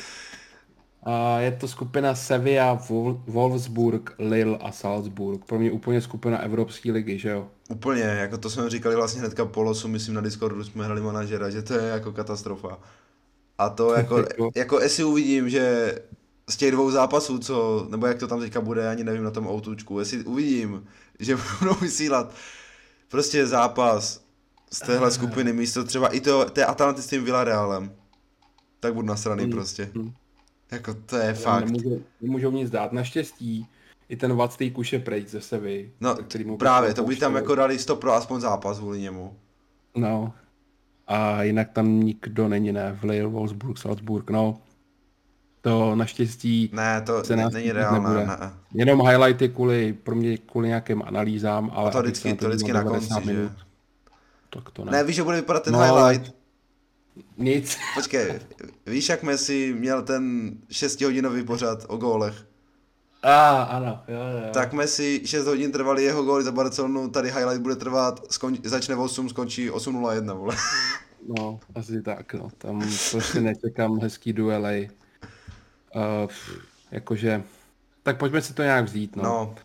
Speaker 1: A je to skupina Sevilla, Wolfsburg, Lille a Salzburg. Pro mě úplně skupina Evropské ligy, že jo?
Speaker 2: Úplně, jako to jsme říkali vlastně hnedka po losu, myslím na Discordu jsme hrali manažera, že to je jako katastrofa. A to jako, jako jestli uvidím, že z těch dvou zápasů, co, nebo jak to tam teďka bude, ani nevím na tom outučku, jestli uvidím, že budou vysílat prostě zápas z téhle skupiny místo třeba i to, té Atalanty s tím Villarrealem, tak budu nasraný mm. prostě. Mm. Jako to je já fakt.
Speaker 1: Nemůžu, nemůžou nic dát. Naštěstí i ten Vactý Kuš je pryč ze Sevy.
Speaker 2: No právě, to by tam jako dali sto pro aspoň zápas kvůli němu.
Speaker 1: No. A jinak tam nikdo není, ne? V Lille, Wolfsburg, Salzburg, no. To naštěstí
Speaker 2: ne, to se ne, není reálné. Ne.
Speaker 1: Jenom highlighty kvůli, pro mě kvůli nějakým analýzám, ale...
Speaker 2: A to vždycky, to vždycky na konci, že?
Speaker 1: Tak to ne.
Speaker 2: Ne, víš, že bude vypadat ten no, highlight?
Speaker 1: Nic.
Speaker 2: Počkej, víš, jak Messi měl ten šestihodinový pořad o gólech?
Speaker 1: A, ah, ano, jo, jo.
Speaker 2: Tak Messi šest hodin trvali jeho góly za Barcelonu, tady highlight bude trvat, skonč, začne v osm, skončí osm nula jedna, vole.
Speaker 1: No, asi tak, no, tam prostě nečekám hezký duelej. Uh, jakože, tak pojďme si to nějak vzít, no. no.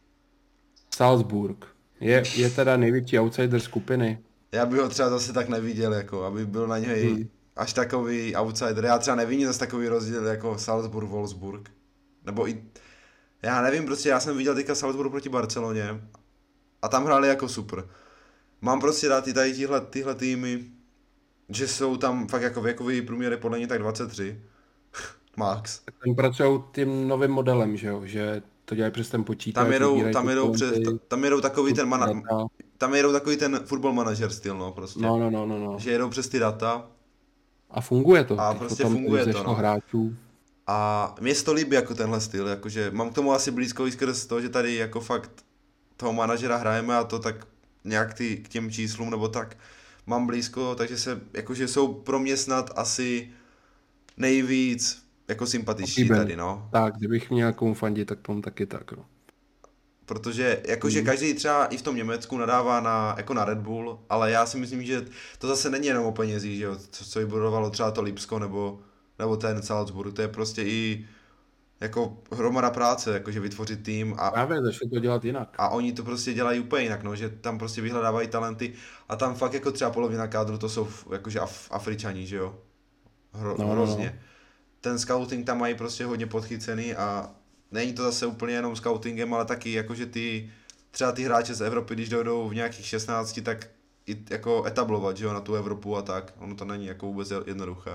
Speaker 1: Salzburg, je, je teda největší outsider skupiny.
Speaker 2: Já bych ho třeba zase tak neviděl, jako, aby byl na něj hmm. až takový outsider. Já třeba nevidím zase takový rozdíl jako Salzburg, Wolfsburg. Nebo i, já nevím, prostě já jsem viděl teďka Salzburg proti Barceloně a tam hráli jako super. Mám prostě rád i tady tyhle, tyhle týmy, že jsou tam fakt jako věkový průměr podle mě tak dvacet tři. Max.
Speaker 1: Tam pracují tím novým modelem, že jo, že to dělají přes ten počítač.
Speaker 2: Tam jedou, tam jedou, přes, tam jedou takový ten mana, tam jedou takový ten football manager styl, no prostě.
Speaker 1: No, no, no, no, no.
Speaker 2: Že jedou přes ty data.
Speaker 1: A funguje to.
Speaker 2: A prostě funguje to, no.
Speaker 1: Hráčů.
Speaker 2: A mě to líbí jako tenhle styl, jakože mám k tomu asi blízko i skrz to, že tady jako fakt toho manažera hrajeme a to tak nějak ty, k těm číslům nebo tak mám blízko, takže se, jakože jsou pro mě snad asi nejvíc jako sympatiční tady, no.
Speaker 1: Tak, kdybych měl komu fandit, tak tomu taky tak, no.
Speaker 2: Protože jakože mm. každý třeba i v tom Německu nadává na, jako na Red Bull, ale já si myslím, že to zase není jenom o penězích, že jo, co, co vybudovalo třeba to Lipsko nebo, nebo ten Salzburg, to je prostě i jako hromada práce, jakože vytvořit tým a...
Speaker 1: Právě, začne to dělat jinak.
Speaker 2: A oni to prostě dělají úplně jinak, no, že tam prostě vyhledávají talenty a tam fakt jako třeba polovina kádru to jsou jakože Af- Afričani, že jo, Hro, no, hrozně. No. Ten scouting tam mají prostě hodně podchycený a není to zase úplně jenom scoutingem, ale taky jakože ty, třeba ty hráče z Evropy, když dojdou v nějakých šestnácti, tak i jako etablovat, že jo, na tu Evropu a tak. Ono to není jako vůbec jednoduché.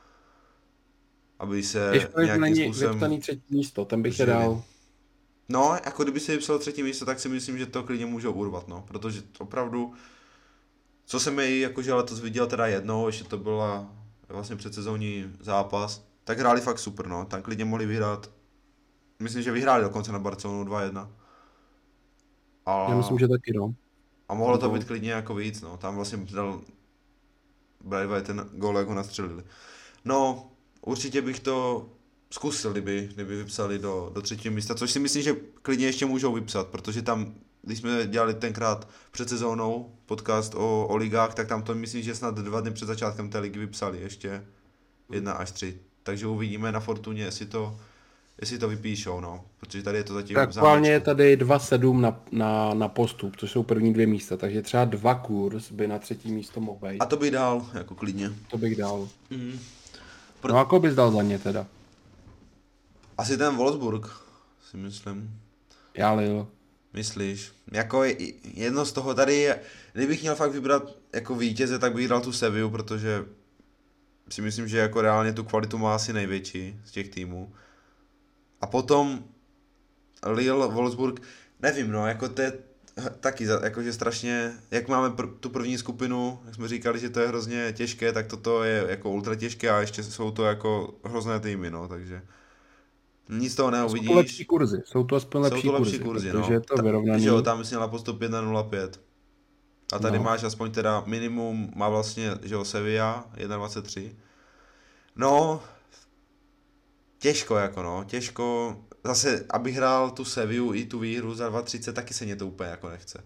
Speaker 2: Aby se
Speaker 1: Těžko, že
Speaker 2: nějakým
Speaker 1: není
Speaker 2: způsobem
Speaker 1: vypsaný třetí místo, ten bych je
Speaker 2: žili.
Speaker 1: dal.
Speaker 2: No, jako kdyby si vypsal třetí místo, tak si myslím, že to klidně můžou urvat, no. Protože opravdu, co jsem jej jakože letos viděl teda jednou, ještě to byla vlastně předsezónní zápas, tak hráli fakt super, no. Tam klidně mohli vyhrát. Myslím, že vyhráli dokonce na Barcelonu dva jedna. A,
Speaker 1: Já myslím, že taky, no.
Speaker 2: a mohlo to
Speaker 1: Nebo-
Speaker 2: být klidně jako víc, no. Tam vlastně dal Braithwaite ten gól, jak ho nastřelili. No, určitě bych to zkusil, kdyby, kdyby vypsali do, do třetího místa, což si myslím, že klidně ještě můžou vypsat, protože tam, když jsme dělali tenkrát před sezónou podcast o, o ligách, tak tam to myslím, že snad dva dny před začátkem té ligy vypsali ještě jedna až tři. Takže uvidíme na Fortuně, jestli to, jestli to vypíšou, no, protože tady je to zatím
Speaker 1: Tak
Speaker 2: v
Speaker 1: aktuálně je
Speaker 2: zámečku.
Speaker 1: tady dva sedm na, na, na postup, což jsou první dvě místa, takže třeba dva kurz by na třetí místo mohl být.
Speaker 2: A to bych dal, jako klidně.
Speaker 1: To bych dal.
Speaker 2: Mhm.
Speaker 1: No a koho bys dal za ně teda?
Speaker 2: Asi ten Wolfsburg, si myslím.
Speaker 1: Já Lille.
Speaker 2: Myslíš? Jako je- jedno z toho tady je, kdybych měl fakt vybrat jako vítěze, tak bych dal tu Sevillu, protože si myslím, že jako reálně tu kvalitu má asi největší z těch týmů. A potom Lille, Wolfsburg, nevím no, jako to je taky za- jakože strašně, jak máme pr- tu první skupinu, jak jsme říkali, že to je hrozně těžké, tak toto je jako ultra těžké a ještě jsou to jako hrozné týmy, no, takže nic z toho
Speaker 1: Jsou to
Speaker 2: neuvidíš.
Speaker 1: lepší kurzy, jsou to aspoň lepší,
Speaker 2: Jsou to lepší
Speaker 1: kurzy,
Speaker 2: kurzy,
Speaker 1: protože
Speaker 2: no.
Speaker 1: je to
Speaker 2: Ta-
Speaker 1: vyrovnaný.
Speaker 2: Že jo, tam jsi měla postup jedna nula pět. A tady
Speaker 1: No.
Speaker 2: máš aspoň teda minimum, má vlastně, že jo, Sevilla, jedna dvacet tři. No, těžko jako no, těžko. Zase, abych hrál tu Sevillu i tu výhru za dva třicet, taky se mě to úplně jako nechce.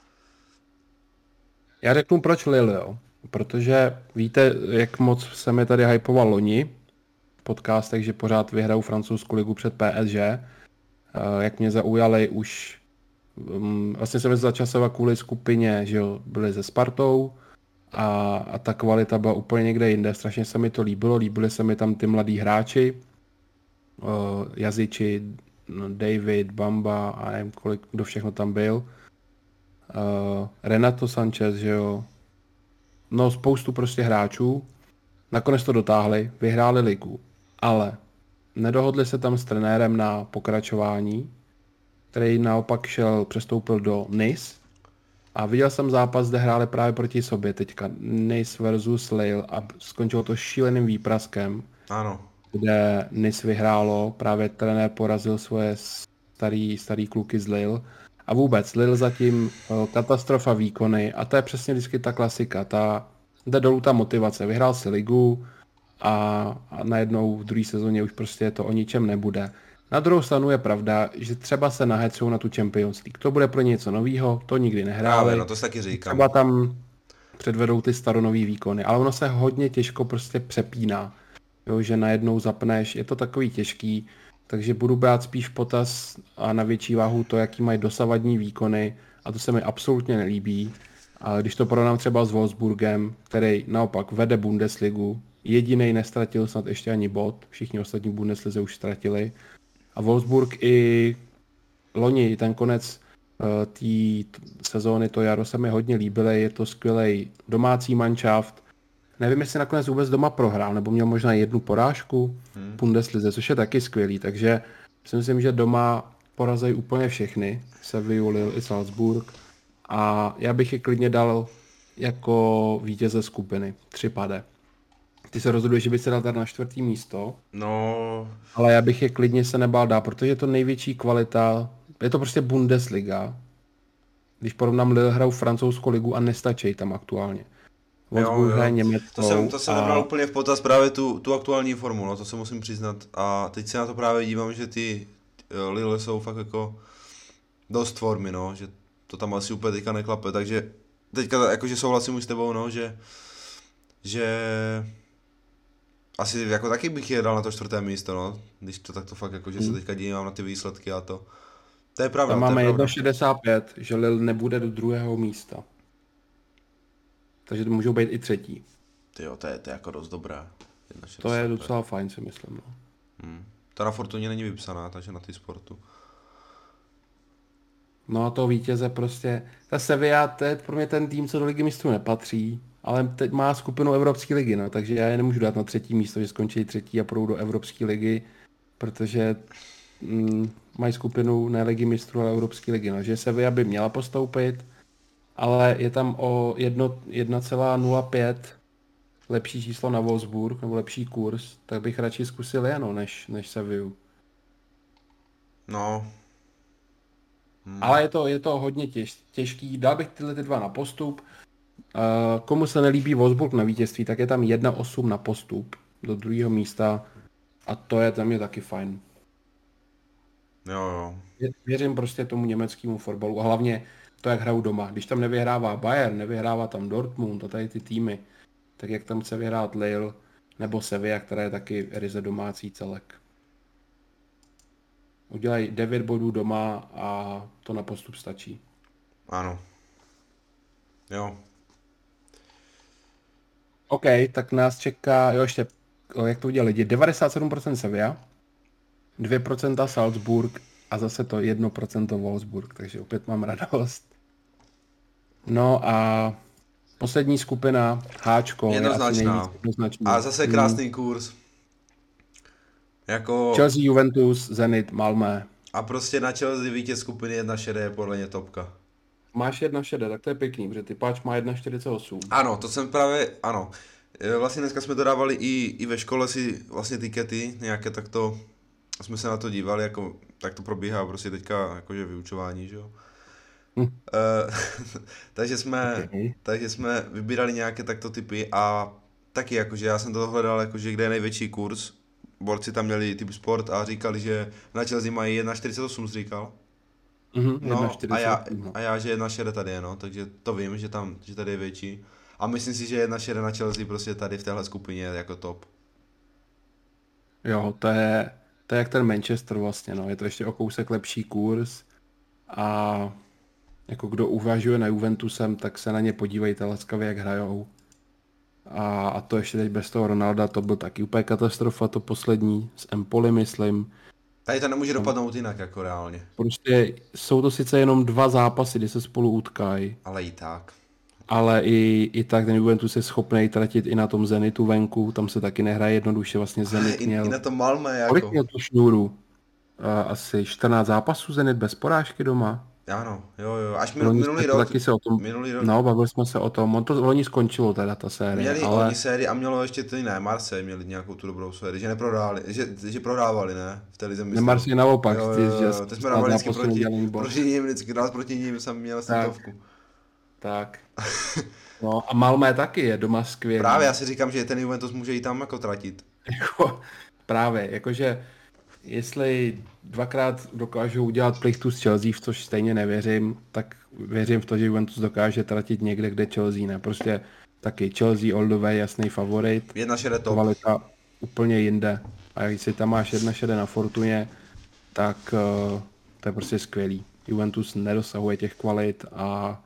Speaker 1: Já řeknu proč Lille, jo. Protože víte, jak moc se mi tady hypoval loni v podcastech, že pořád vyhrajou francouzskou ligu před P S G. Eh, Jak mě zaujali už, um, vlastně jsem začal se kvůli skupině, že jo, byli se Spartou a, a ta kvalita byla úplně někde jinde. Strašně se mi to líbilo, líbili se mi tam ty mladí hráči, eh, jazyči, no, David, Bamba a nevím kolik, kdo všechno tam byl. Uh, Renato Sanchez, že jo. No spoustu prostě hráčů. Nakonec to dotáhli, vyhráli ligu. Ale nedohodli se tam s trenérem na pokračování, který naopak šel, přestoupil do Nice. A viděl jsem zápas, kde hráli právě proti sobě teďka. Nice versus Lille a skončilo to šíleným výpraskem,
Speaker 2: Ano.
Speaker 1: kde Nice vyhrálo, právě trenér porazil svoje starý, starý kluky z Lille. A vůbec, Lille zatím eh, katastrofa výkony a to je přesně vždycky ta klasika, ta jde dolů ta motivace, vyhrál si ligu a, a najednou v druhé sezóně už prostě to o ničem nebude. Na druhou stranu je pravda, že třeba se nahecou na tu Champions League, to bude pro ně něco novýho, to nikdy
Speaker 2: Právě,
Speaker 1: nehráli,
Speaker 2: no to si taky říkám.
Speaker 1: třeba tam předvedou ty staronový výkony, ale ono se hodně těžko prostě přepíná, jo, že najednou zapneš, je to takový těžký, takže budu brát spíš v potaz a na větší váhu to, jaký mají dosavadní výkony a to se mi absolutně nelíbí. A když to porovnám třeba s Wolfsburgem, který naopak vede Bundesligu, jedinej nestratil snad ještě ani bod, všichni ostatní Bundeslize už ztratili. A Wolfsburg i loni, ten konec uh, té sezóny, to jaro se mi hodně líbily, je to skvělý domácí manšaft. Nevím, jestli nakonec vůbec doma prohrál, nebo měl možná jednu porážku v Bundeslize, což je taky skvělý, takže si myslím, že doma porazejí úplně všechny, Sevillu, Lille i Salzburg a já bych je klidně dal jako vítěze skupiny, tři pade. Ty se rozhoduješ, že by se dal tady na čtvrtý místo,
Speaker 2: No,
Speaker 1: ale já bych je klidně se nebál dát, protože je to největší kvalita, je to prostě Bundesliga. Když porovnám Lille hrajou francouzskou ligu a nestačí tam aktuálně. Wolfsburg hraje německou
Speaker 2: To jsem, to jsem
Speaker 1: a-
Speaker 2: nebral úplně v potaz právě tu, tu aktuální formu, no, to se musím přiznat. A teď se na to právě dívám, že ty eh, Lille jsou fakt jako dost formy, no, že to tam asi úplně teďka neklape, takže teďka jakože souhlasím už s tebou, no, že, že asi jako taky bych je dal na to čtvrté místo, no, když to takto fakt jako, že se teďka dívám na ty výsledky a to. To je pravda,
Speaker 1: Tam
Speaker 2: to je
Speaker 1: máme
Speaker 2: pravda.
Speaker 1: jedna šedesát pět, že Lille nebude do druhého místa. Takže to můžou být i třetí.
Speaker 2: Tyjo, to je, to je jako dost dobré. jedna šedesát
Speaker 1: To je
Speaker 2: pět.
Speaker 1: docela fajn, si myslím. No.
Speaker 2: Hmm. Ta na Fortuně není vypsaná, takže na ty sportu.
Speaker 1: No a toho vítěze prostě, ta Sevilla, to je pro mě ten tým, co do ligy mistrů nepatří, ale teď má skupinu Evropské ligy, no, takže já je nemůžu dát na třetí místo, že skončí třetí a půjdou do Evropské ligy, protože mm, mají skupinu ne ligy mistrů, ale Evropské ligy, no, že Sevilla by měla postoupit, ale je tam o jedna celá nula pět lepší číslo na Wolfsburg, nebo lepší kurz, tak bych radši zkusil Jeno, než, než Sevillu.
Speaker 2: No. Hmm.
Speaker 1: Ale je to, je to hodně těž, těžký. Dal bych tyhle ty dva na postup. Uh, komu se nelíbí Wolfsburg na vítězství, tak je tam jedna osm na postup do druhého místa. A to je tam je taky fajn.
Speaker 2: Jo, jo.
Speaker 1: Věřím prostě tomu německému fotbalu a hlavně to, jak hrajou doma. Když tam nevyhrává Bayern, nevyhrává tam Dortmund a tady ty týmy, tak jak tam chce vyhrát Lille nebo Sevilla, která je taky ryze domácí celek. Udělají devět bodů doma a to na postup stačí.
Speaker 2: Ano. Jo.
Speaker 1: OK, tak nás čeká, jo ještě, jak to udělali lidi, devadesát sedm procent Sevilla, dvě procenta Salzburg a zase to jedna procenta Wolfsburg, takže opět mám radost. No a poslední skupina, Háčko.
Speaker 2: Jednoznačná. A zase krásný hmm. kurz. Jako...
Speaker 1: Chelsea, Juventus, Zenit, Malmö.
Speaker 2: A prostě na Chelsea vítěz skupiny jedna šedé je podle mě topka.
Speaker 1: Máš jedna šedé, tak to je pěkný, protože ty páč má jedna čtyřicet osm.
Speaker 2: Ano, to jsem právě, ano. Vlastně dneska jsme dodávali i, i ve škole si vlastně tikety nějaké, tak to jsme se na to dívali, jako tak to probíhá prostě teďka jakože vyučování, že jo. Hm. Uh, takže jsme, okay. takže jsme vybírali nějaké takto typy a taky jakože já jsem to hledal jakože kde je největší kurz. Borci tam měli typ sport a říkali, že na Chelsea mají jedna čtyřicet osm, jsi říkal.
Speaker 1: Mm-hmm,
Speaker 2: no a já, a já, že jedna šedé tady je, no, takže to vím, že tam, že tady je větší. A myslím si, že jedna šedé na Chelsea prostě tady v téhle skupině je jako top.
Speaker 1: Jo, to je, to je jak ten Manchester vlastně, no, je to ještě o kousek lepší kurz a jako kdo uvažuje na Juventusem, tak se na ně podívejte laskavě, jak hrajou. A, a to ještě teď bez toho Ronalda, to byl taky úplně katastrofa, to poslední, s Empoli myslím.
Speaker 2: Tady to nemůže dopadnout jinak, jako reálně.
Speaker 1: Prostě jsou to sice jenom dva zápasy, kdy se spolu utkají.
Speaker 2: Ale i tak.
Speaker 1: Ale i, i tak ten Juventus je schopný tratit i na tom Zenitu venku, tam se taky nehraje jednoduše, vlastně Zenit měl...
Speaker 2: I, i na tom Malmö, jako...
Speaker 1: Kolik měl tu šňůru? Uh, asi čtrnáct zápasů Zenit bez porážky doma.
Speaker 2: Ano, jo, jo, až minul, minulý rok,
Speaker 1: taky se o tom,
Speaker 2: minulý rok.
Speaker 1: No, bavili jsme se o tom, on to loni skončilo teda ta série,
Speaker 2: měli
Speaker 1: ale...
Speaker 2: oni sérii a mělo ještě to jiné, Marseille měli nějakou tu dobrou sérii, že neprodávali, že, že prodávali, ne, v té lize mistrů.
Speaker 1: Marseille naopak,
Speaker 2: jo,
Speaker 1: ty,
Speaker 2: jo, jo,
Speaker 1: že...
Speaker 2: Teď jsme dávali vždycky proti, proti ním, vždycky nás proti ním jsem měl stovku.
Speaker 1: Tak. No a Malmö taky je doma skvělý.
Speaker 2: Právě, já si říkám, že ten Juventus může i tam jako tratit.
Speaker 1: Jako, právě, jakože jestli dvakrát dokážou udělat plichtu s Chelsea, v což stejně nevěřím, tak věřím v to, že Juventus dokáže tratit někde, kde Chelsea ne. Prostě taky Chelsea all the way, jasný favorit.
Speaker 2: Jedna šede top.
Speaker 1: Kvalita úplně jinde. A jestli tam máš jedna šede na Fortuně, tak uh, to je prostě skvělý. Juventus nedosahuje těch kvalit a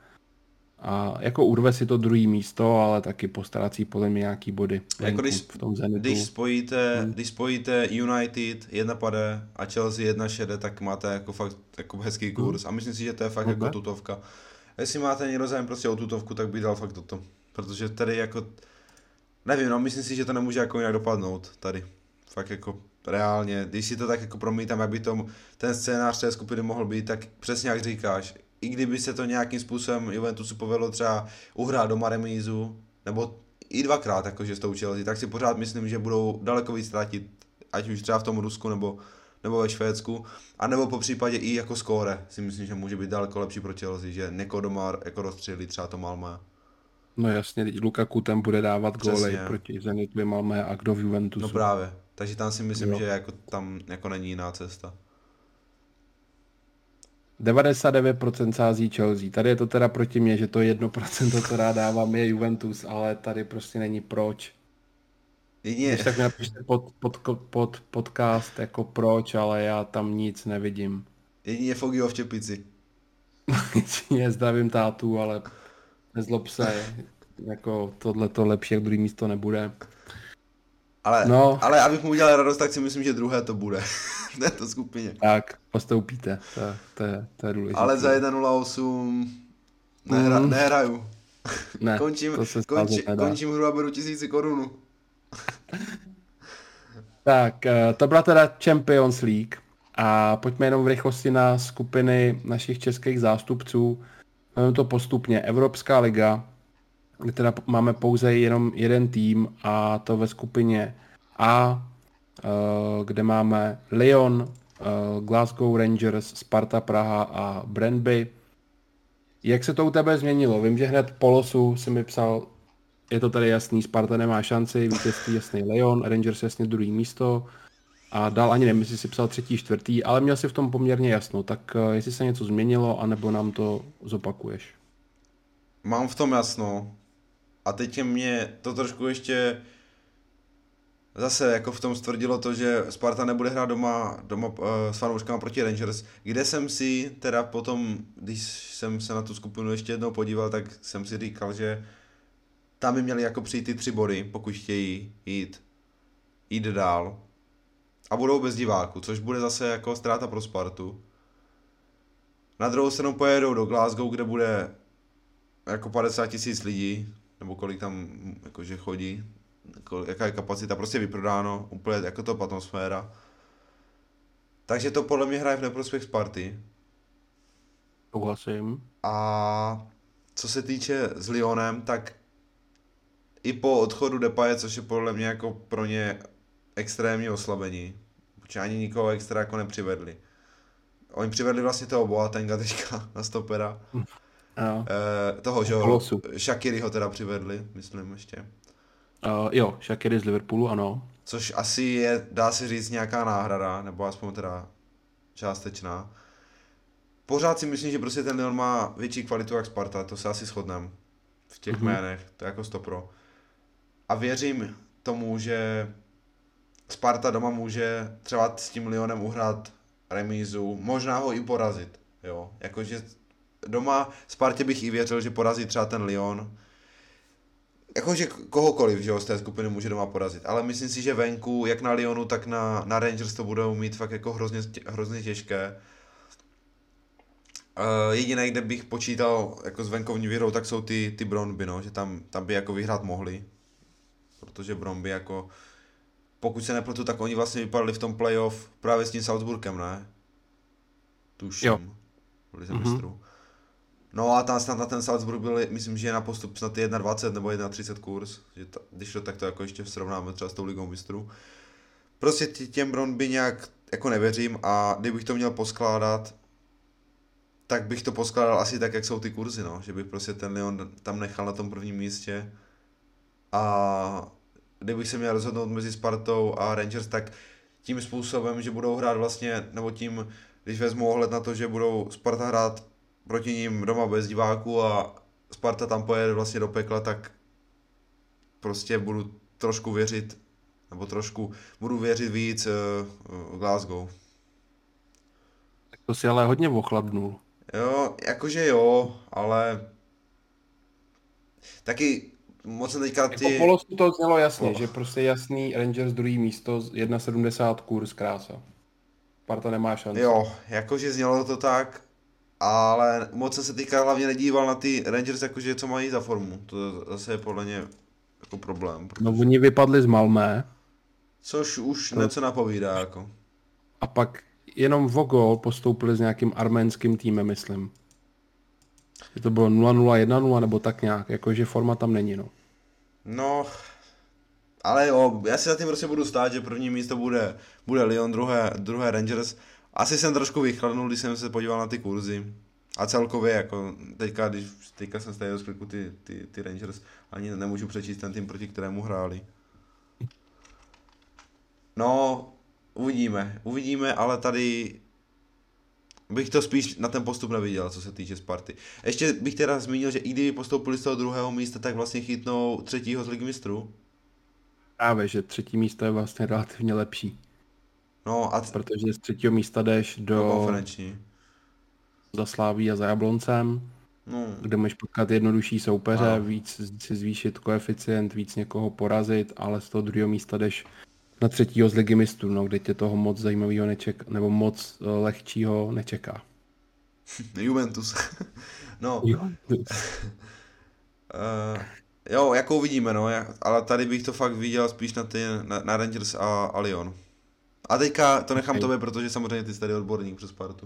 Speaker 1: A jako urve si to druhý místo, ale taky postarací podle mě nějaký body.
Speaker 2: Jako když, v tom Zenitu. Když spojíte, hmm. když spojíte United jedna pade a Chelsea jedna šede, tak máte jako fakt jako hezký kurz. Hmm. A myslím si, že to je fakt okay. jako tutovka. Jestli máte někdo zájem prostě o tutovku, tak bych dal fakt toto. Protože tady jako, nevím, no myslím si, že to nemůže jako jinak dopadnout tady. Fakt jako reálně, když si to tak jako promítám, jak by to, ten scénář té skupiny mohl být, tak přesně jak říkáš, i kdyby se to nějakým způsobem Juventusu povedlo třeba uhrát doma remízu, nebo i dvakrát jakože s tou Chelsea, tak si pořád myslím, že budou daleko víc ztratit, ať už třeba v tom Rusku nebo, nebo ve Švédsku, a nebo po případě i jako skóre si myslím, že může být daleko lepší pro Chelsea, že někoho doma jako rozstřelí třeba to Malmö.
Speaker 1: No jasně, Lukaku tam bude dávat góly proti Zenitu, Malmö a kdo v Juventusu.
Speaker 2: No právě, takže tam si myslím, jo. že jako tam jako není jiná cesta.
Speaker 1: devadesát devět procent sází Chelsea. Tady je to teda proti mně, že to jedno procento, co rád dávám, je Juventus, ale tady prostě není proč.
Speaker 2: Jedině.
Speaker 1: Když tak mi napište pod, pod, pod podcast jako proč, ale já tam nic nevidím.
Speaker 2: Jedině Fogyho v čepici.
Speaker 1: Jedině zdravím tátu, ale nezlob se, jako tohleto lepší, jak druhý místo nebude.
Speaker 2: Ale, no. ale abych mu udělal radost, tak si myslím, že druhé to bude. v této skupině.
Speaker 1: Tak, postoupíte, to, to, je, to je důležité.
Speaker 2: Ale za jedna nula osm nehra,
Speaker 1: Mm.
Speaker 2: nehraju.
Speaker 1: Ne,
Speaker 2: končím,
Speaker 1: to se
Speaker 2: konči,
Speaker 1: sázet nedá.
Speaker 2: končím hru a beru tisíci korunu.
Speaker 1: Tak, eh, to byla teda Champions League a pojďme jenom v rychlosti na skupiny našich českých zástupců. Máme to postupně. Evropská liga, kde teda p- máme pouze jenom jeden tým a to ve skupině A, eh, kde máme Lyon, eh, Glasgow Rangers, Sparta Praha a Brøndby. Jak se to u tebe změnilo? Vím, že hned po losu si mi psal, je to tady jasný, Sparta nemá šanci, vítězství jasný Lyon, Rangers jasně druhý místo a dál ani nevím, jestli si psal třetí, čtvrtý, ale měl si v tom poměrně jasno, tak eh, jestli se něco změnilo, anebo nám to zopakuješ.
Speaker 2: Mám v tom jasno. A teď mě to trošku ještě zase jako v tom stvrdilo to, že Sparta nebude hrát doma, doma uh, s fanouškama proti Rangers, kde jsem si teda potom, když jsem se na tu skupinu ještě jednou podíval, tak jsem si říkal, že tam by měli jako přijít ty tři body, pokud chtějí jít, jít dál. A budou bez diváků, což bude zase jako ztráta pro Spartu. Na druhou stranu pojedou do Glasgow, kde bude jako padesát tisíc lidí, nebo kolik tam jakože chodí, jako, jaká je kapacita, prostě vyprodáno, úplně jako to atmosféra. Takže to podle mě hraje v neprospěch Sparty.
Speaker 1: Souhlasím.
Speaker 2: A co se týče s Lyonem, tak i po odchodu Depaye, což je podle mě jako pro ně extrémní oslabení, protože ani nikoho extra jako nepřivedli. Oni přivedli vlastně toho Boatenga teďka na stopera.
Speaker 1: Jo,
Speaker 2: E, toho, že jo,
Speaker 1: Kolosu.
Speaker 2: Shaqiri ho teda přivedli, myslím ještě.
Speaker 1: uh, jo Shaqiri z Liverpoolu, ano.
Speaker 2: Což asi je, dá se říct, nějaká náhrada, nebo aspoň teda částečná. Pořád si myslím, že prostě ten Lyon má větší kvalitu jak Sparta, to se asi shodneme v těch
Speaker 1: Mhm.
Speaker 2: jménech, to je jako stopro. A věřím tomu, že Sparta doma může třeba s tím Lyonem uhrát remízu, možná ho i porazit, jo. Jakože doma Spartě bych i věřil, že porazí třeba ten Lyon. Jakože kohokoliv, že jo, z té skupiny může doma porazit, ale myslím si, že venku, jak na Lyonu, tak na, na Rangers to budou mít fakt jako hrozně, hrozně těžké. Uh, jediné, kde bych počítal jako s venkovní výhrou, tak jsou ty, ty Brøndby, no, že tam, tam by jako vyhrát mohli. Protože Brøndby jako, pokud se nepletu, tak oni vlastně vypadali v tom playoff právě s tím Salzburgem, ne? Tuším.
Speaker 1: Jo.
Speaker 2: Byli se
Speaker 1: Mhm.
Speaker 2: mistrů. No a tam snad na ten Salzburg byl, myslím, že je na postup snad dvacet jedna nebo třicet jedna kurz, že ta, když to tak to jako ještě srovnáme třeba s tou ligou mistrů. Prostě tě- těm Brøndby nějak jako nevěřím a kdybych to měl poskládat, tak bych to poskládal asi tak, jak jsou ty kurzy, no, že bych prostě ten Lyon tam nechal na tom prvním místě a kdybych se měl rozhodnout mezi Spartou a Rangers, tak tím způsobem, že budou hrát vlastně, nebo tím, když vezmu ohled na to, že budou Sparta hrát proti ním doma bez diváků a Sparta tam pojede vlastně do pekla, tak prostě budu trošku věřit, nebo trošku budu věřit víc uh, Glasgow.
Speaker 1: Tak to si ale hodně ochladnul.
Speaker 2: Jo, jakože jo, ale taky moc jsem teďka
Speaker 1: Jako
Speaker 2: ty...
Speaker 1: po losu to znělo jasně,
Speaker 2: No.
Speaker 1: že prostě jasný Rangers druhý místo, jedna sedmdesát kurz, krása. Sparta nemá šanci.
Speaker 2: Jo, jakože znělo to tak, ale moc jsem se teďka hlavně nedíval na ty Rangers, jakože co mají za formu. To zase je podle mě jako problém. Protože...
Speaker 1: No oni vypadli z Malmé
Speaker 2: Což už
Speaker 1: To-
Speaker 2: něco napovídá, jako.
Speaker 1: a pak jenom v gól postoupili s nějakým arménským týmem, myslím. Že to bylo nula nula jedna nula nebo tak nějak, jakože forma tam není, no.
Speaker 2: No, ale jo, já si za tím prostě budu stát, že první místo bude, bude Lyon, druhé, druhé Rangers. Asi jsem trošku vychladnul, když jsem se podíval na ty kurzy. A celkově, jako teďka, když teďka jsem z tady rozkliku ty, ty, ty Rangers, ani nemůžu přečíst ten tým, proti kterému hráli. No, uvidíme, uvidíme, ale tady bych to spíš na ten postup neviděl, co se týče Sparty. Ještě bych teda zmínil, že i kdyby postoupili z toho druhého místa, tak vlastně chytnou třetího z ligy mistrů.
Speaker 1: Právě, že třetí místo je vlastně relativně lepší,
Speaker 2: No a t-
Speaker 1: protože z třetího místa jdeš
Speaker 2: do
Speaker 1: do
Speaker 2: konferenční.
Speaker 1: za Sláví a za Jabloncem,
Speaker 2: No,
Speaker 1: kde můžeš potkat jednodušší soupeře,
Speaker 2: Ano.
Speaker 1: víc si zvýšit koeficient, víc někoho porazit, ale z toho druhého místa jdeš na třetího z ligy mistrů, no, kde tě toho moc zajímavého nečeká, nebo moc uh, lehčího nečeká.
Speaker 2: Juventus. No,
Speaker 1: Jo.
Speaker 2: uh, jo, jako uvidíme, no, já- ale tady bych to fakt viděl spíš na, ty, na, na Rangers a, a Lyon. A teďka to nechám
Speaker 1: Okay.
Speaker 2: tobě, protože samozřejmě ty jsi tady odborník přes Spartu.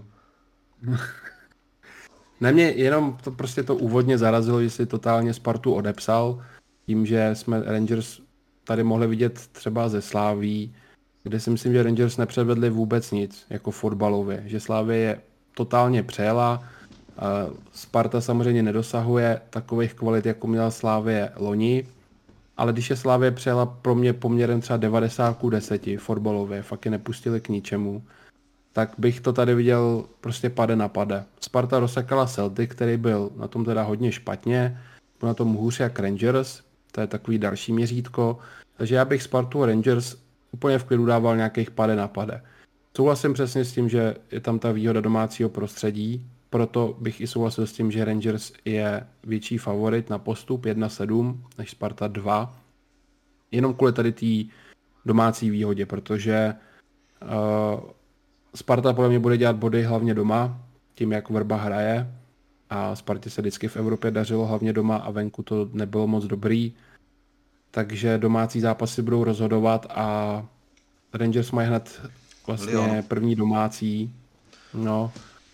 Speaker 1: Na mě jenom to prostě to úvodně zarazilo, že si totálně Spartu odepsal, tím, že jsme Rangers tady mohli vidět třeba ze Sláví, kde si myslím, že Rangers nepředvedli vůbec nic, jako fotbalově, že Slávie je totálně přejela, Sparta samozřejmě nedosahuje takových kvalit, jako měla Slávie loni, ale když je Slávie přejela pro mě poměrem třeba devadesát ku deseti fotbalově, fakt je nepustili k ničemu, tak bych to tady viděl prostě pade na pade. Sparta rozsekala Celtic, který byl na tom teda hodně špatně, byl na tom hůř jak Rangers, to je takový další měřítko, takže já bych Spartu a Rangers úplně v klidu dával nějakých pade na pade. Souhlasím přesně s tím, že je tam ta výhoda domácího prostředí, proto bych i souhlasil s tím, že Rangers je větší favorit na postup jedna sedm než Sparta dva, jenom kvůli tady té domácí výhodě, protože uh, Sparta podle mě bude dělat body hlavně doma, tím jak Vrba hraje a Spartě se vždycky v Evropě dařilo hlavně doma a venku to nebylo moc dobrý, takže domácí zápasy budou rozhodovat a Rangers mají hned vlastně
Speaker 2: Lyon.
Speaker 1: první domácí, no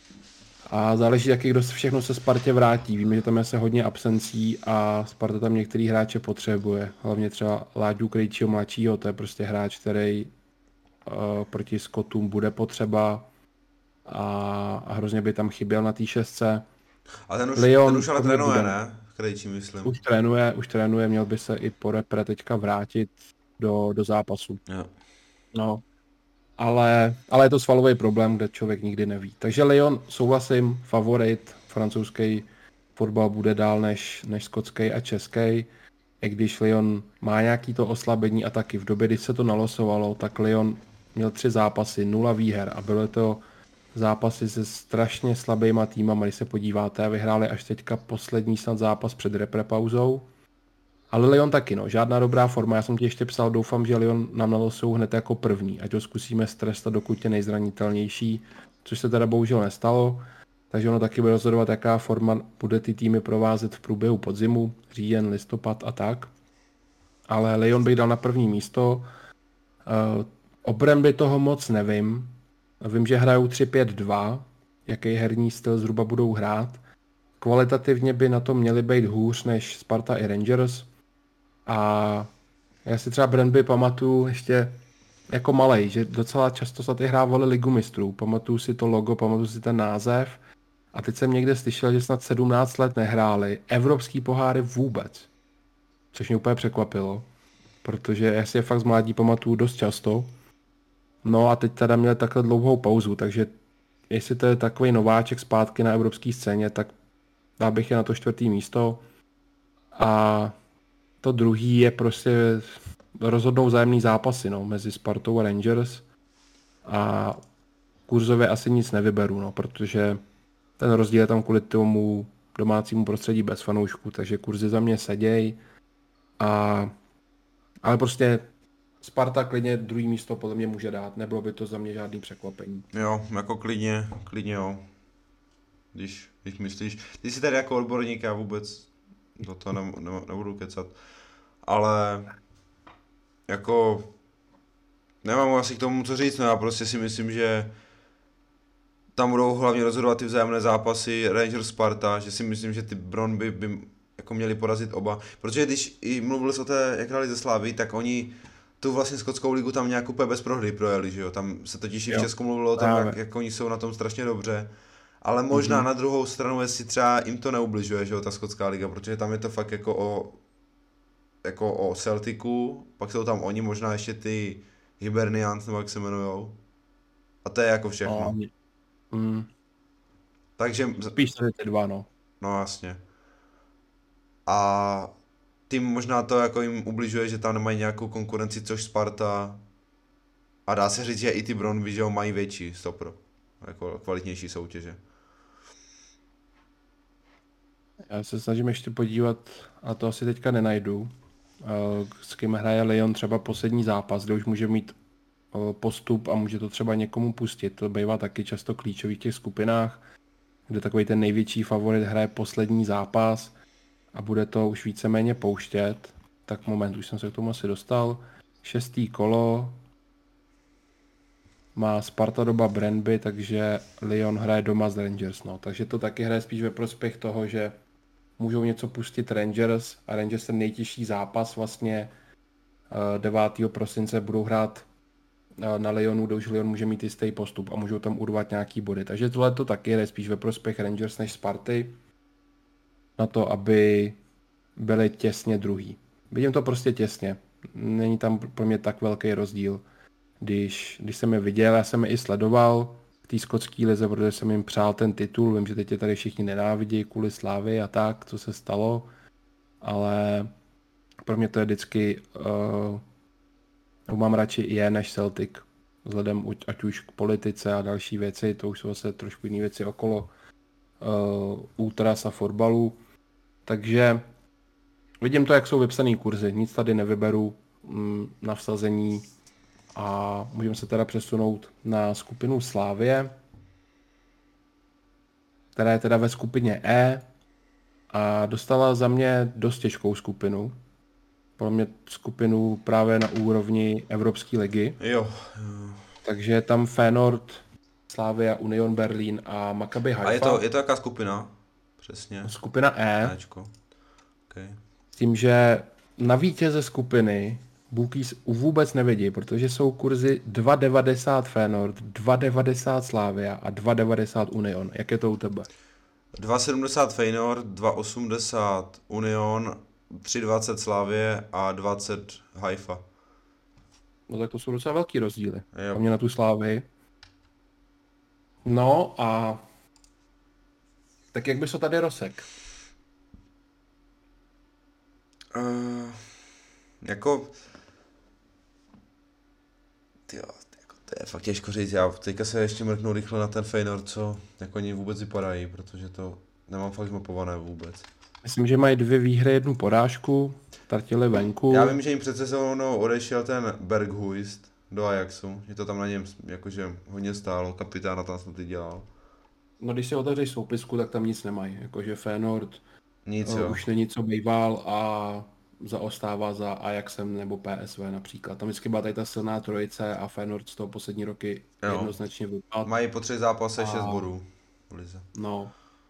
Speaker 1: a záleží, jaký kdo se všechno se Spartě vrátí. Víme, že tam je se hodně absencí a Sparta tam některý hráče potřebuje, hlavně třeba Láďu Krejčího mladšího, to je prostě hráč, který uh, proti Skotům bude potřeba a, a hrozně by tam chyběl na té šestce.
Speaker 2: A ten už,
Speaker 1: Lyon
Speaker 2: ten už ale
Speaker 1: pro mě
Speaker 2: trénuje,
Speaker 1: bude.
Speaker 2: ne? Krejčí, myslím.
Speaker 1: Už trénuje, už trénuje, měl by se i po repre teďka vrátit do, do zápasu.
Speaker 2: Jo.
Speaker 1: No, ale, ale je to svalový problém, kde člověk nikdy neví. Takže Lyon, souhlasím, favorit, francouzský fotbal bude dál než, než skotský a český. I když Lyon má nějaký to oslabení a taky v době, kdy se to nalosovalo, tak Lyon měl tři zápasy, nula výher a byly to zápasy se strašně slabýma týmama, když se podíváte, vyhráli až teďka poslední snad zápas před reprepauzou. Ale Lyon taky, no, žádná dobrá forma. Já jsem ti ještě psal, doufám, že Lyon nám nalosou hned jako první, ať ho zkusíme strestat, dokud je nejzranitelnější, což se teda bohužel nestalo. Takže ono taky bude rozhodovat, jaká forma bude ty týmy provázet v průběhu podzimu, říjen, listopad a tak. Ale Lyon bych dal na první místo. Uh, obrem by toho moc nevím. Vím, že hrajou tři pět dva, jaký herní styl zhruba budou hrát. Kvalitativně by na to měli být hůř než Sparta i Rangers. A já si třeba Brøndby pamatuju ještě jako malej, že docela často se ty hrávali Ligu mistrů. Pamatuju si to logo, pamatuju si ten název. A teď jsem někde slyšel, že snad sedmnáct let nehráli evropský poháry vůbec. Což mě úplně překvapilo. Protože já si je fakt z mládí pamatuju dost často. No a teď teda měli takhle dlouhou pauzu, takže jestli to je takový nováček zpátky na evropské scéně, tak dal bych je na to čtvrtý místo. A to druhý je prostě rozhodnou vzájemný zápasy, no, mezi Spartou a Rangers. A kurzově asi nic nevyberu, no, protože ten rozdíl je tam kvůli tomu domácímu prostředí bez fanoušků, takže kurzy za mě seděj. A ale prostě Sparta klidně druhý místo podle mě může dát, nebylo by to za mě žádný překvapení.
Speaker 2: Jo, jako klidně, klidně jo. Když, když myslíš, ty jsi tady jako odborník, já vůbec do toho ne, ne, nebudu kecat. Ale jako nemám asi k tomu co říct, no já prostě si myslím, že tam budou hlavně rozhodovat ty vzájemné zápasy Rangers Sparta, že si myslím, že ty Brøndby by, by jako měli porazit oba. Protože když i mluvili o té, jak hráli ze Slávy, tak oni tu vlastně skotskou ligu tam nějak úplně bez prohry projeli, že jo. Tam se totiž i v Česku mluvilo o tom, jak, jak oni jsou na tom strašně dobře. Ale možná mm-hmm. na druhou stranu, jestli třeba jim to neubližuje, že jo, ta skotská liga, protože tam je to fakt jako o jako o Celticu, pak jsou tam oni, možná ještě ty Hibernians, nebo jak se jmenujou. A to je jako všechno.
Speaker 1: Oh, mm.
Speaker 2: Takže...
Speaker 1: Spíš tady ty dva, no.
Speaker 2: No jasně. A tím možná to jako jim ubližuje, že tam nemají nějakou konkurenci, což Sparta. A dá se říct, že i ty Brøndby, že ho mají větší stopro. Jako kvalitnější soutěže.
Speaker 1: Já se snažím ještě podívat, a to asi teďka nenajdu, s kým hraje Lyon třeba poslední zápas, kde už může mít postup a může to třeba někomu pustit. To bývá taky často klíčový v těch skupinách, kde takový ten největší favorit hraje poslední zápas a bude to už víceméně pouštět. Tak moment, už jsem se k tomu asi dostal. Šestý kolo má Sparta doba Brandby, takže Lyon hraje doma z Rangers. No. Takže to taky hraje spíš ve prospěch toho, že můžou něco pustit Rangers a Rangers ten nejtěžší zápas vlastně devátého prosince budou hrát na Lyonu, kde už Lyon může mít jistý postup a můžou tam urvat nějaký body. Takže tohle to taky je spíš ve prospěch Rangers než Sparty na to, aby byli těsně druhý. Vidím to prostě těsně. Není tam pro mě tak velký rozdíl. Když, když jsem je viděl, já jsem je i sledoval v té skotské lize, protože jsem jim přál ten titul. Vím, že teď je tady všichni nenávidí kvůli Slávy a tak, co se stalo. Ale pro mě to je vždycky... Uh, mám radši je než Celtic. Vzhledem ať už k politice a další věci, to už jsou zase trošku jiné věci okolo uh, útras a fotbalu. Takže vidím to, jak jsou vypsaný kurzy. Nic tady nevyberu mm, na vsazení a můžeme se teda přesunout na skupinu Slavie, která je teda ve skupině E a dostala za mě dost těžkou skupinu. Pro mě skupinu právě na úrovni Evropské ligy.
Speaker 2: Jo.
Speaker 1: Takže je tam Feyenoord, Slavia, Union Berlin a Maccabi Haifa.
Speaker 2: A je to, je to jaká skupina? Přesně.
Speaker 1: Skupina E.
Speaker 2: Éčko. Okay.
Speaker 1: S tím, že na vítěze skupiny bookies vůbec nevědí, protože jsou kurzy dva devadesát Feyenoord, dva devadesát Slavia a dva devadesát Union. Jak je to u tebe?
Speaker 2: dva sedmdesát Feyenoord, dva osmdesát Union, tři dvacet Slavie a dvacet Haifa.
Speaker 1: No tak to jsou docela velký rozdíly.
Speaker 2: Jo.
Speaker 1: A mě na tu Slávii. No a tak jak bys to tady rozsek?
Speaker 2: Uh, jako... Tyjo, jako to je fakt těžko říct. Já teďka se ještě mrknu rychle na ten Feyenoord, co jako oni vůbec vypadají, protože to nemám fakt zmapované vůbec.
Speaker 1: Myslím, že mají dvě výhry, jednu porážku, tartili venku.
Speaker 2: Já vím, že jim před sezónou odešel ten Berghuis do Ajaxu, že to tam na něm jakože hodně stálo, kapitána tam snad i dělal.
Speaker 1: No když si otevřeš soupisku, tak tam nic nemají, jakože Feyenoord
Speaker 2: Nic,
Speaker 1: uh,
Speaker 2: jo.
Speaker 1: už není co býval a zaostává za Ajaxem nebo P S V například. Tam vždycky byla tady ta silná trojice a Feyenoord z toho poslední roky
Speaker 2: Jo.
Speaker 1: jednoznačně vypadl.
Speaker 2: Mají po třech zápasech
Speaker 1: A-
Speaker 2: šest bodů v lize.
Speaker 1: No.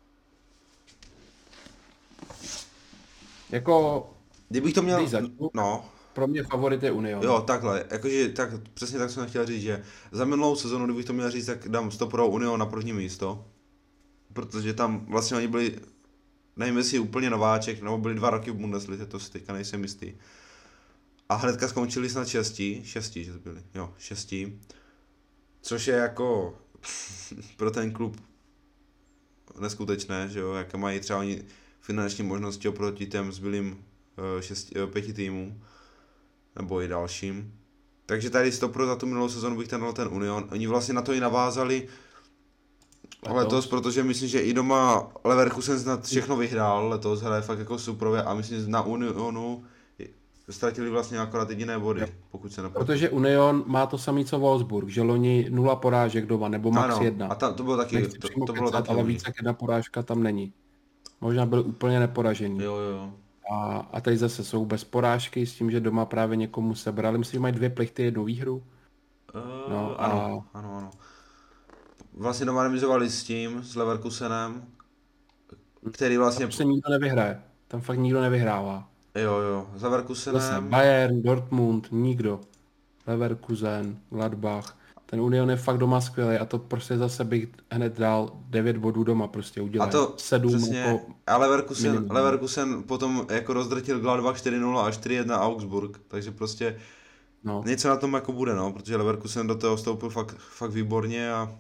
Speaker 1: Jako,
Speaker 2: Kdybych to měl,
Speaker 1: když začnu,
Speaker 2: no,
Speaker 1: pro mě favorit je Union.
Speaker 2: jo, takhle, jakože, tak, přesně tak jsem chtěl říct, že za minulou sezonu, kdybych to měl říct, tak dám sto pro Union na první místo, protože tam vlastně oni byli, nevím jestli úplně nováček, nebo byli dva roky v Bundeslize, to si teďka nejsem jistý. A hnedka skončili snad šestí, šestí, že to byli, jo, šestí, což je jako pro ten klub neskutečné, že jo, jaké mají třeba oni finanční možnosti oproti těm zbylým eh, šesti, eh, pěti týmům, nebo i dalším. Takže tady sto pro za tu minulou sezonu bych ten dal ten Union. Oni vlastně na to i navázali letos, letos protože myslím, že i doma Leverkusen snad všechno vyhrál, letos hraje fakt jako suprově a myslím, že na Unionu ztratili vlastně akorát jediné body,
Speaker 1: Jo.
Speaker 2: pokud se nepletu.
Speaker 1: Protože Union má to samý co Wolfsburg, že loni nula porážek doma, nebo max
Speaker 2: Ano,
Speaker 1: jedna.
Speaker 2: a tam to bylo taky,
Speaker 1: Nechci
Speaker 2: to,
Speaker 1: přímo
Speaker 2: to bylo
Speaker 1: kecat,
Speaker 2: taky
Speaker 1: ale
Speaker 2: loni.
Speaker 1: víc jak jedna porážka tam není. Možná byli úplně neporažení.
Speaker 2: Jo, jo, jo.
Speaker 1: A, a teď zase jsou bez porážky s tím, že doma právě někomu sebrali. Myslím, že mají dvě plichty, jednu výhru.
Speaker 2: Uh,
Speaker 1: No a-
Speaker 2: ano, ano, ano. Vlastně doma remizovali s tím, s Leverkusenem, který vlastně,
Speaker 1: Tam se nikdo nevyhraje. Tam fakt nikdo nevyhrává.
Speaker 2: jo, jo, s
Speaker 1: Zase
Speaker 2: Leverkusenem,
Speaker 1: Bayern, Dortmund, nikdo. Leverkusen, Gladbach. Ten Union je fakt doma skvělý a to prostě zase bych hned dal devět bodů doma prostě
Speaker 2: a
Speaker 1: udělat.
Speaker 2: to
Speaker 1: sedm
Speaker 2: přesně,
Speaker 1: jako
Speaker 2: a Leverkusen,
Speaker 1: minimum.
Speaker 2: Leverkusen potom jako rozdrtil Gladbach čtyři nula a čtyři jedna Augsburg, takže prostě
Speaker 1: no.
Speaker 2: něco na tom jako bude, no, protože Leverkusen do toho vstoupil fakt, fakt výborně a,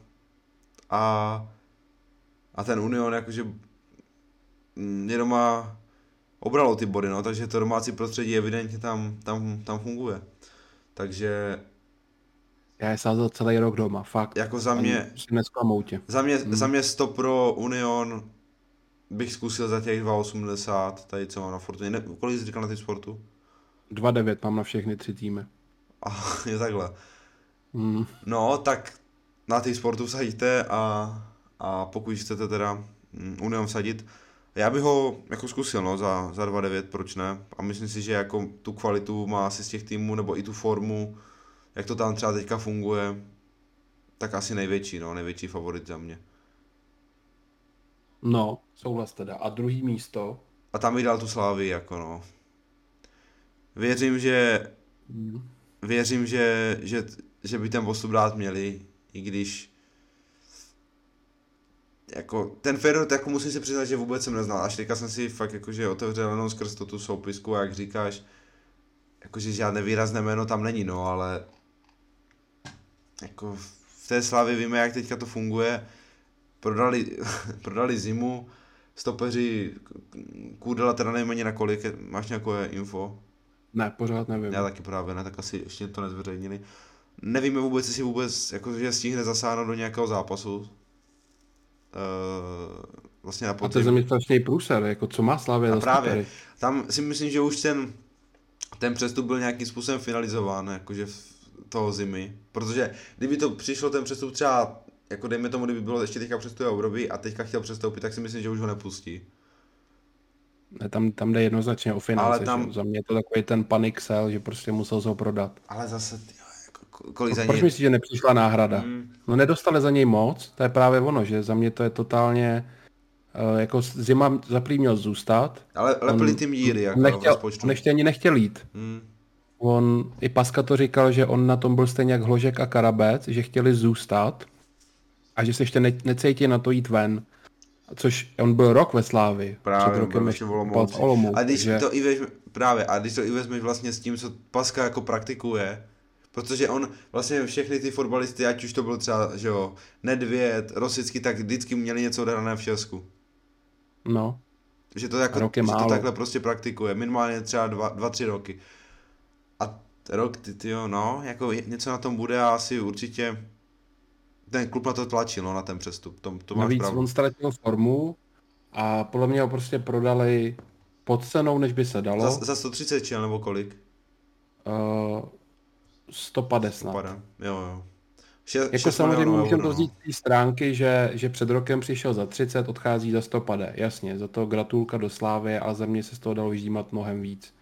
Speaker 2: a, a ten Union jakože mm, je doma obralo ty body, no, takže to domácí prostředí evidentně tam, tam, tam funguje. Takže
Speaker 1: Já je sázel celý rok doma, fakt.
Speaker 2: jako za mě,
Speaker 1: Si nesklamou tě.
Speaker 2: za mě,
Speaker 1: Hmm.
Speaker 2: za mě sto pro Union bych zkusil za těch dva osmdesát, tady co mám na Fortuně. Ne, kolik jsi říkal na ty sportu?
Speaker 1: dva devět mám na všechny tři týmy.
Speaker 2: A je takhle.
Speaker 1: Hmm.
Speaker 2: No, tak na ty sportu vsadíte a, a pokud chcete teda mm, Union vsadit, já bych ho jako zkusil, no, za, za dva devět, proč ne? A myslím si, že jako tu kvalitu má asi z těch týmů, nebo i tu formu, jak to tam třeba teďka funguje, tak asi největší, no, největší favorit za mě.
Speaker 1: No, souhlas teda. A druhý místo?
Speaker 2: A tam bych dal tu Slávii, jako no. Věřím, že
Speaker 1: Hmm.
Speaker 2: věřím, že, že, že by ten postup dát měli, i když jako ten Feyenoord, jako musím si přiznat, že vůbec jsem neznal, až teďka jsem si fakt jakože otevřel jenom skrz to tu soupisku a jak říkáš, jakože žádné výrazné jméno tam není, no, ale jako v té Slavii víme, jak teďka to funguje, prodali, prodali Zimu, stopeři Kůdela teda nejméně na kolik, máš nějaké info?
Speaker 1: Ne, pořád nevím.
Speaker 2: Já taky právě ne, tak asi ještě to nezveřejnili. Nevíme vůbec, jestli vůbec jakože stihne zasáhnout do nějakého zápasu. Uh, vlastně na
Speaker 1: A to je
Speaker 2: podzim.
Speaker 1: za mě strašný průser, jako co má Slavia
Speaker 2: A
Speaker 1: za
Speaker 2: právě,
Speaker 1: stopery?
Speaker 2: tam si myslím, že už ten, ten přestup byl nějakým způsobem finalizován, jakože v toho Zimy. Protože kdyby to přišlo ten přestup třeba, jako dejme tomu, kdyby bylo ještě teďka přestupové období a teďka chtěl přestoupit, tak si myslím, že už ho nepustí.
Speaker 1: Ne, tam, tam jde jednoznačně o finance,
Speaker 2: Ale tam-
Speaker 1: že? Za mě je to takový ten panic sell, že prostě musel se ho prodat.
Speaker 2: Ale zase, tyjo, jako, kolik za
Speaker 1: Proč
Speaker 2: něj...
Speaker 1: myslíš, že nepřišla náhrada?
Speaker 2: Hmm.
Speaker 1: No nedostali za něj moc, to je právě ono, že za mě to je totálně, uh, jako Zima za prý měl zůstat.
Speaker 2: Ale lepili
Speaker 1: On
Speaker 2: tím díry, jako
Speaker 1: nechtěl,
Speaker 2: v rozpočtu.
Speaker 1: on ještě ani nechtěl jít.
Speaker 2: Hmm.
Speaker 1: On, i Paska to říkal, že on na tom byl stejně jak Hložek a Karabec, že chtěli zůstat a že se ještě ne, necítí na to jít ven. Což on byl rok ve Slávi.
Speaker 2: Právě,
Speaker 1: před rokem
Speaker 2: byl
Speaker 1: ještě
Speaker 2: ještě v
Speaker 1: kupoval
Speaker 2: Olomouci.
Speaker 1: v Olomouci,
Speaker 2: A když
Speaker 1: že-
Speaker 2: to i vezme, právě, a když to i vezmeš vlastně s tím, co Paska jako praktikuje, protože on vlastně všechny ty fotbalisty, ať už to byl třeba, že jo, Nedvěd, Rosický, tak vždycky měli něco odehrané v Česku.
Speaker 1: No,
Speaker 2: Že to, jako,
Speaker 1: Rok je
Speaker 2: že to
Speaker 1: málo.
Speaker 2: takhle prostě praktikuje, minimálně třeba dva, dva tři roky. A rok, ty, ty jo, no, jako je- něco na tom bude a asi určitě ten klub na to tlačil, no, na ten přestup, to, to máš
Speaker 1: navíc
Speaker 2: pravdu.
Speaker 1: on ztratil formu a podle mě ho prostě prodali pod cenou, než by se dalo.
Speaker 2: Za, za sto třicet čel, nebo kolik?
Speaker 1: Uh, sto padesát.
Speaker 2: Padá. Jo, jo. Še,
Speaker 1: Jako
Speaker 2: šest
Speaker 1: samozřejmě
Speaker 2: milionů
Speaker 1: můžeme
Speaker 2: eur,
Speaker 1: to vzít z té stránky, že, že před rokem přišel za třicet, odchází za sto pade. Jasně, za to gratulka do Slávy, ale za mě se z toho dalo vyždímat mnohem víc.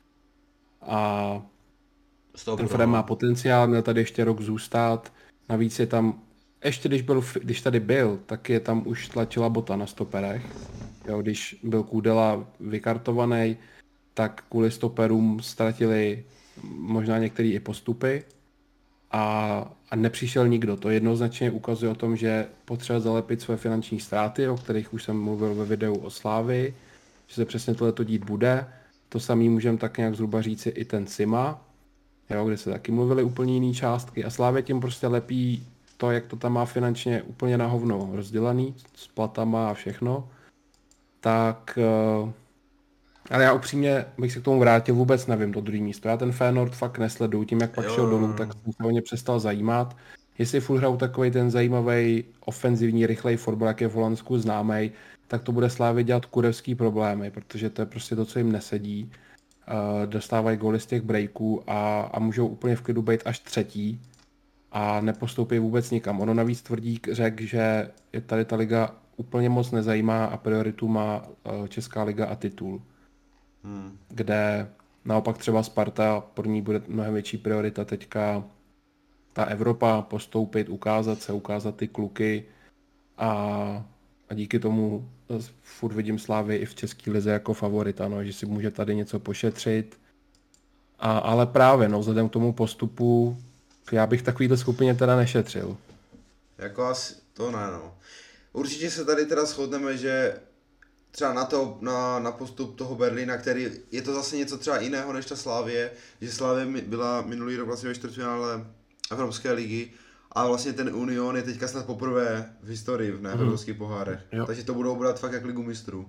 Speaker 1: A
Speaker 2: sto
Speaker 1: ten
Speaker 2: pro,
Speaker 1: Fred
Speaker 2: no.
Speaker 1: má potenciál, měl tady ještě rok zůstat. Navíc je tam, ještě když, byl, v- když tady byl, tak je tam už tlačila Bota na stoperech. Jo, když byl Kůdela vykartovaný, tak kvůli stoperům ztratili možná některé i postupy a, a nepřišel nikdo. To jednoznačně ukazuje o tom, že potřeba zalepit své finanční ztráty, o kterých už jsem mluvil ve videu o Slávii, že se přesně tohleto dít bude. To samý můžeme tak nějak zhruba říci i ten Sima, jo, kde se taky mluvili úplně jiný částky a Slávě tím prostě lepí to, jak to tam má finančně úplně na hovno rozdělaný, s platama a všechno, tak eh, ale já upřímně bych se k tomu vrátil, vůbec nevím to druhý místo. Já ten Feyenoord fakt nesleduju, tím jak pak
Speaker 2: Jo,
Speaker 1: šel
Speaker 2: jo,
Speaker 1: dolů,
Speaker 2: jo.
Speaker 1: tak jsem se o ně přestal zajímat. Jestli furt hrajou takový ten zajímavý, ofenzivní, rychlej fotbal, jak je v Holandsku známý, tak to bude Slávě dělat kurevský problémy, protože to je prostě to, co jim nesedí. Uh, dostávají góly z těch breaků a, a můžou úplně v klidu být až třetí a nepostoupí vůbec nikam. Ono navíc tvrdí řekl, že je tady ta liga úplně moc nezajímá a prioritu má uh, Česká liga a titul,
Speaker 2: Hmm.
Speaker 1: kde naopak třeba Sparta, pro ní bude mnohem větší priorita teďka ta Evropa, postoupit, ukázat se, ukázat ty kluky a, a díky tomu furt vidím Slávy i v České lize jako favorita, no, že si může tady něco pošetřit. A, ale právě, no, vzhledem k tomu postupu, já bych takovýhle skupině teda nešetřil.
Speaker 2: Jako asi, to ne, no. Určitě se tady teda shodneme, že třeba na, to, na, na postup toho Berlína, který je to zase něco třeba jiného než ta Slávie, že Slávie mi- byla minulý rok vlastně ve čtvrtfinále Evropské ligy a vlastně ten Union je teďka snad poprvé v historii v
Speaker 1: Mhm.
Speaker 2: evropských pohárech.
Speaker 1: Jo.
Speaker 2: Takže to budou brát fakt jak ligu mistrů.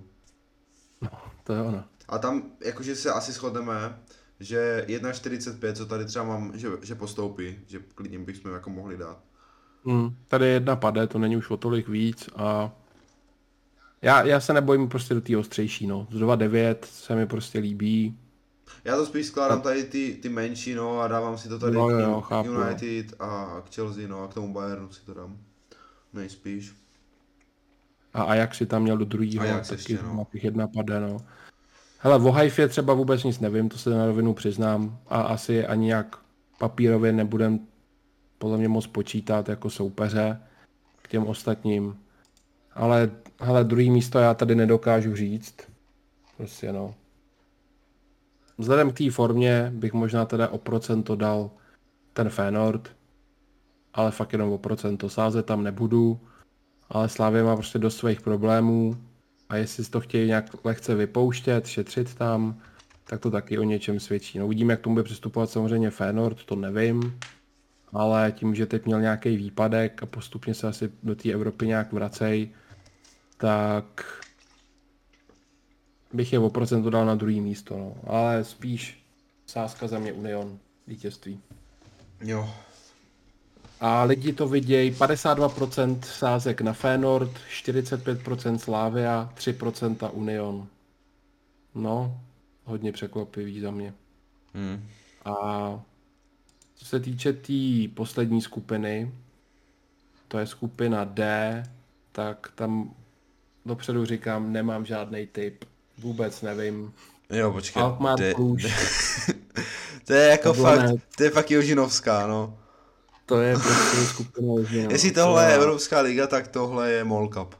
Speaker 1: To je ono.
Speaker 2: A tam jakože se asi shodneme, že jedna čtyřicet pět, co tady třeba mám, že, že postoupí, že klidně bychom jako mohli dát.
Speaker 1: Hmm, tady jedna pade, to není už o tolik víc a já, já se nebojím prostě do té ostřejší, no. Z dva devět se mi prostě líbí
Speaker 2: Já to spíš skládám tady ty, ty menší, no, a dávám si to tady
Speaker 1: No,
Speaker 2: k,
Speaker 1: jo,
Speaker 2: ním,
Speaker 1: jo,
Speaker 2: k
Speaker 1: chápu,
Speaker 2: United a k Chelsea, no, a k tomu Bayernu si to dám. Nejspíš.
Speaker 1: A Ajax si tam měl do druhého,
Speaker 2: Ajax
Speaker 1: taky
Speaker 2: ještě, no.
Speaker 1: na těch jedna pade, no. Hele, o Haifě třeba vůbec nic nevím, to se na rovinu přiznám. A asi ani jak papírově nebudem podle mě moc počítat jako soupeře k těm ostatním. Ale hele, druhý místo já tady nedokážu říct. Prostě no. Vzhledem k té formě bych možná teda o procento dal ten Feyenoord. Ale fakt jenom o procento. Sázet tam nebudu. Ale Slavia má prostě dost svých problémů. A jestli si to chtějí nějak lehce vypouštět, šetřit tam, tak to taky o něčem svědčí. No uvidíme, jak tomu bude přistupovat samozřejmě Feyenoord, to nevím. Ale tím, že teď měl nějaký výpadek a postupně se asi do té Evropy nějak vracej, tak bych je o procentu dal na druhý místo. No. Ale spíš sázka za mě Union, vítězství.
Speaker 2: Jo.
Speaker 1: A lidi to vidějí, padesát dva procent sázek na Feyenoord, čtyřicet pět procent Slavia, tři procenta Union. No, hodně překvapivý za mě.
Speaker 2: Hmm.
Speaker 1: A co se týče té tý poslední skupiny, to je skupina D, tak tam dopředu říkám, nemám žádný tip, vůbec nevím.
Speaker 2: Jo, počkej.
Speaker 1: Alkmaar
Speaker 2: de,
Speaker 1: Cluj.
Speaker 2: de, to je jako
Speaker 1: To
Speaker 2: fakt,
Speaker 1: ne.
Speaker 2: to je fakt Jožinovská, no.
Speaker 1: To je prostě skupina Jožina.
Speaker 2: Jestli tohle je Evropská liga, tak tohle je Mall Cup.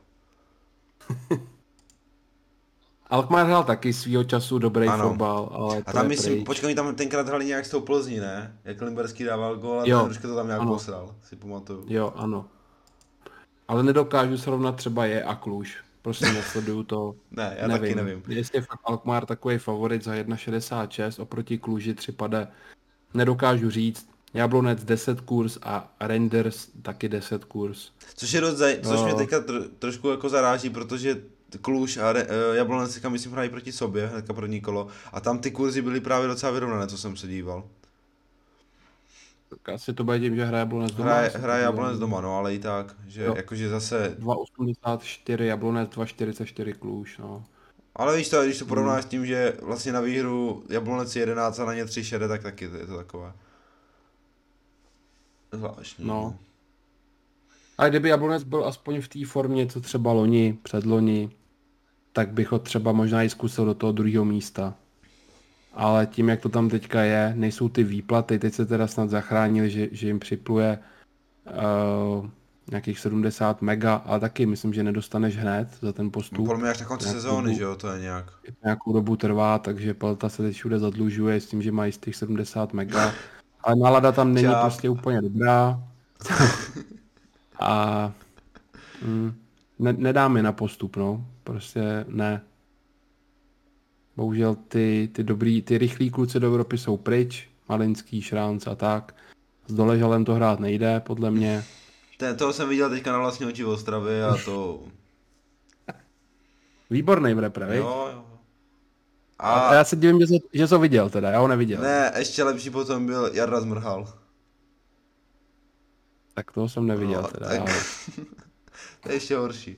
Speaker 1: Alkmaar hrál taky svýho času dobrý
Speaker 2: Ano.
Speaker 1: fotbal, ale to
Speaker 2: A tam
Speaker 1: je
Speaker 2: myslím,
Speaker 1: pryč.
Speaker 2: počkej, oni tam tenkrát hrali nějak s tou Plzní, ne? Jak Limberský dával gól a
Speaker 1: Jo,
Speaker 2: ten Ruška to tam nějak
Speaker 1: ano.
Speaker 2: posral, si pamatuju.
Speaker 1: Jo, ano. Ale nedokážu srovnat třeba je a Kluž. Prostě nesleduju to.
Speaker 2: Ne, já
Speaker 1: nevím.
Speaker 2: taky nevím.
Speaker 1: Jestli je fakt Alkmaar takový favorit za jedna šedesát šest oproti Kluži tři pade, nedokážu říct. Jablonec deset kurz a Rangers taky deset kurz.
Speaker 2: Což je dost zaj... což
Speaker 1: No.
Speaker 2: mě teďka tr- trošku jako zaráží, protože Kluž a Re- uh, Jablonec teďka myslím hrají proti sobě, hnedka první kolo. A tam ty kurzy byly právě docela vyrovnané, co jsem se díval.
Speaker 1: Tak asi to bude tím, že hraje Jablonec doma.
Speaker 2: Hraje,
Speaker 1: asi
Speaker 2: hraje
Speaker 1: to
Speaker 2: Jablonec
Speaker 1: bude.
Speaker 2: doma, no ale i tak, že
Speaker 1: Jo.
Speaker 2: jakože zase...
Speaker 1: dva osmdesát čtyři Jablonec, dva čtyřicet čtyři Kluž, no.
Speaker 2: Ale víš to, když to porovnáš s tím, že vlastně na výhru Jablonec je jedenáct a na ně tři šede, tak taky je to takové. Zvláštní.
Speaker 1: No. A kdyby Jablonec byl aspoň v té formě, co třeba loni, předloni, tak bych ho třeba možná i zkusil do toho druhého místa. Ale tím, jak to tam teďka je, nejsou ty výplaty, teď se teda snad zachránili, že, že jim připluje uh, nějakých sedmdesát mega, ale taky myslím, že nedostaneš hned za ten
Speaker 2: No,
Speaker 1: postup.
Speaker 2: podle mě až na konci
Speaker 1: Nějakou
Speaker 2: sezóny,
Speaker 1: dobu.
Speaker 2: že jo, to je nějak.
Speaker 1: Nějakou dobu trvá, takže Pelta se teď všude zadlužuje s tím, že mají z těch sedmdesát mega. Ale nálada tam není
Speaker 2: Čáp.
Speaker 1: prostě úplně dobrá. A mm, ne, nedám je na postup, no. Prostě ne. Bohužel ty, ty dobrý, ty rychlí kluci do Evropy jsou pryč. Malinský, Šránc a tak. S Doležalem to hrát nejde, podle mě.
Speaker 2: Ten, toho jsem viděl teďka na vlastní oči v Ostravě a to...
Speaker 1: Výborný v repre, viď?
Speaker 2: Jo, jo.
Speaker 1: A
Speaker 2: A
Speaker 1: já se divím, že jsi, že jsi ho viděl teda, já ho neviděl.
Speaker 2: ne, ještě lepší potom byl Jarda Zmrhal.
Speaker 1: Tak toho jsem neviděl
Speaker 2: No,
Speaker 1: teda.
Speaker 2: tak-
Speaker 1: Ale...
Speaker 2: To je ještě horší.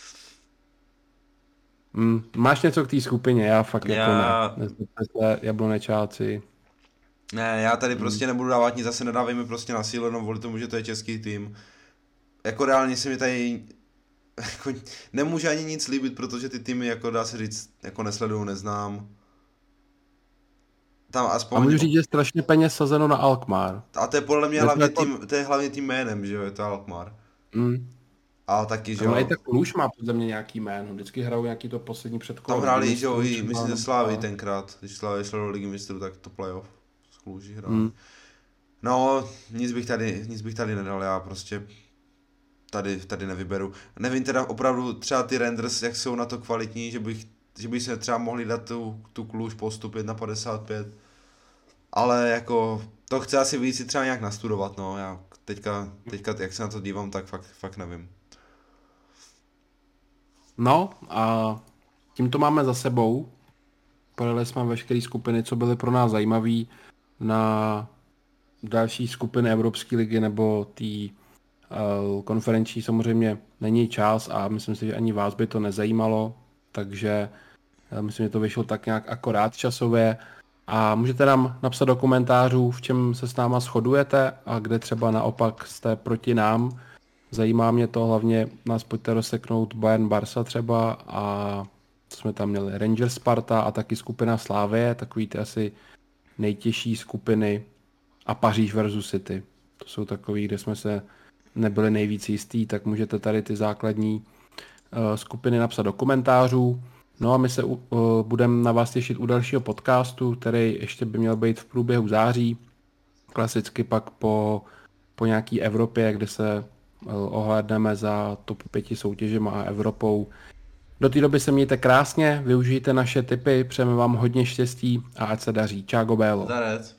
Speaker 1: Mm, máš něco k té skupině? Já fakt
Speaker 2: Já-
Speaker 1: jako ne. Nezlobte se, Jablonečáci.
Speaker 2: Ne, já tady prostě nebudu dávat nic, zase nedávej mi prostě na sílu, jenom kvůli tomu, že to je český tým. Jako reálně se mi tady jako, nemůže ani nic líbit, protože ty týmy, jako dá se říct, jako nesleduju, neznám. Tam
Speaker 1: A
Speaker 2: aspoň...
Speaker 1: můžu říct, že je strašně peněz sazeno na Alkmaar.
Speaker 2: A to je podle mě
Speaker 1: Je to
Speaker 2: hlavně
Speaker 1: jako-
Speaker 2: tím, to je hlavně tím jménem, že jo, je to Alkmaar.
Speaker 1: Mm.
Speaker 2: A taky, že
Speaker 1: Ona i
Speaker 2: jo,
Speaker 1: ta Kluž má podle mě nějaký jméno. Vždycky hrajou nějaký to poslední předkolo.
Speaker 2: tam hráli,
Speaker 1: Ligy
Speaker 2: že jo,
Speaker 1: mistrů
Speaker 2: i
Speaker 1: třeba,
Speaker 2: myslím, že
Speaker 1: nebo-
Speaker 2: Slávy tenkrát, když Slávy šla do Ligy mistrů, tak to playoff s Kluží hráli.
Speaker 1: Mm.
Speaker 2: No, nic bych tady, nic bych tady nedal, já prostě tady, tady nevyberu. Nevím teda opravdu třeba ty Rangers, jak jsou na to kvalitní, že bych, že by se třeba mohli dát tu, tu Kluž postup jedna padesát pět. Ale jako, to chce asi víc si třeba nějak nastudovat, no, já teďka, teďka jak se na to dívám, tak fakt, fakt nevím.
Speaker 1: No a tím to máme za sebou. Podali jsme veškeré skupiny, co byly pro nás zajímavé na další skupiny Evropské ligy nebo té uh, konferenční samozřejmě není čas a myslím si, že ani vás by to nezajímalo, takže uh, myslím, že to vyšlo tak nějak akorát časově A můžete nám napsat do komentářů, v čem se s náma shodujete a kde třeba naopak jste proti nám. Zajímá mě to, hlavně nás pojďte rozseknout Bayern Barca třeba a co jsme tam měli, Rangers Sparta a taky skupina Slavie, takový ty asi nejtěžší skupiny a Paříž versus City. To jsou takový, kde jsme se nebyli nejvíc jistý, tak můžete tady ty základní uh, skupiny napsat do komentářů. No a my se uh, budeme na vás těšit u dalšího podcastu, který ještě by měl být v průběhu září. Klasicky pak po, po nějaký Evropě, kde se uh, ohlédneme za top pěti soutěžema a Evropou. Do té doby se mějte krásně, využijte naše tipy, přejeme vám hodně štěstí a ať se daří. Čau, Bélo.
Speaker 2: Zarec.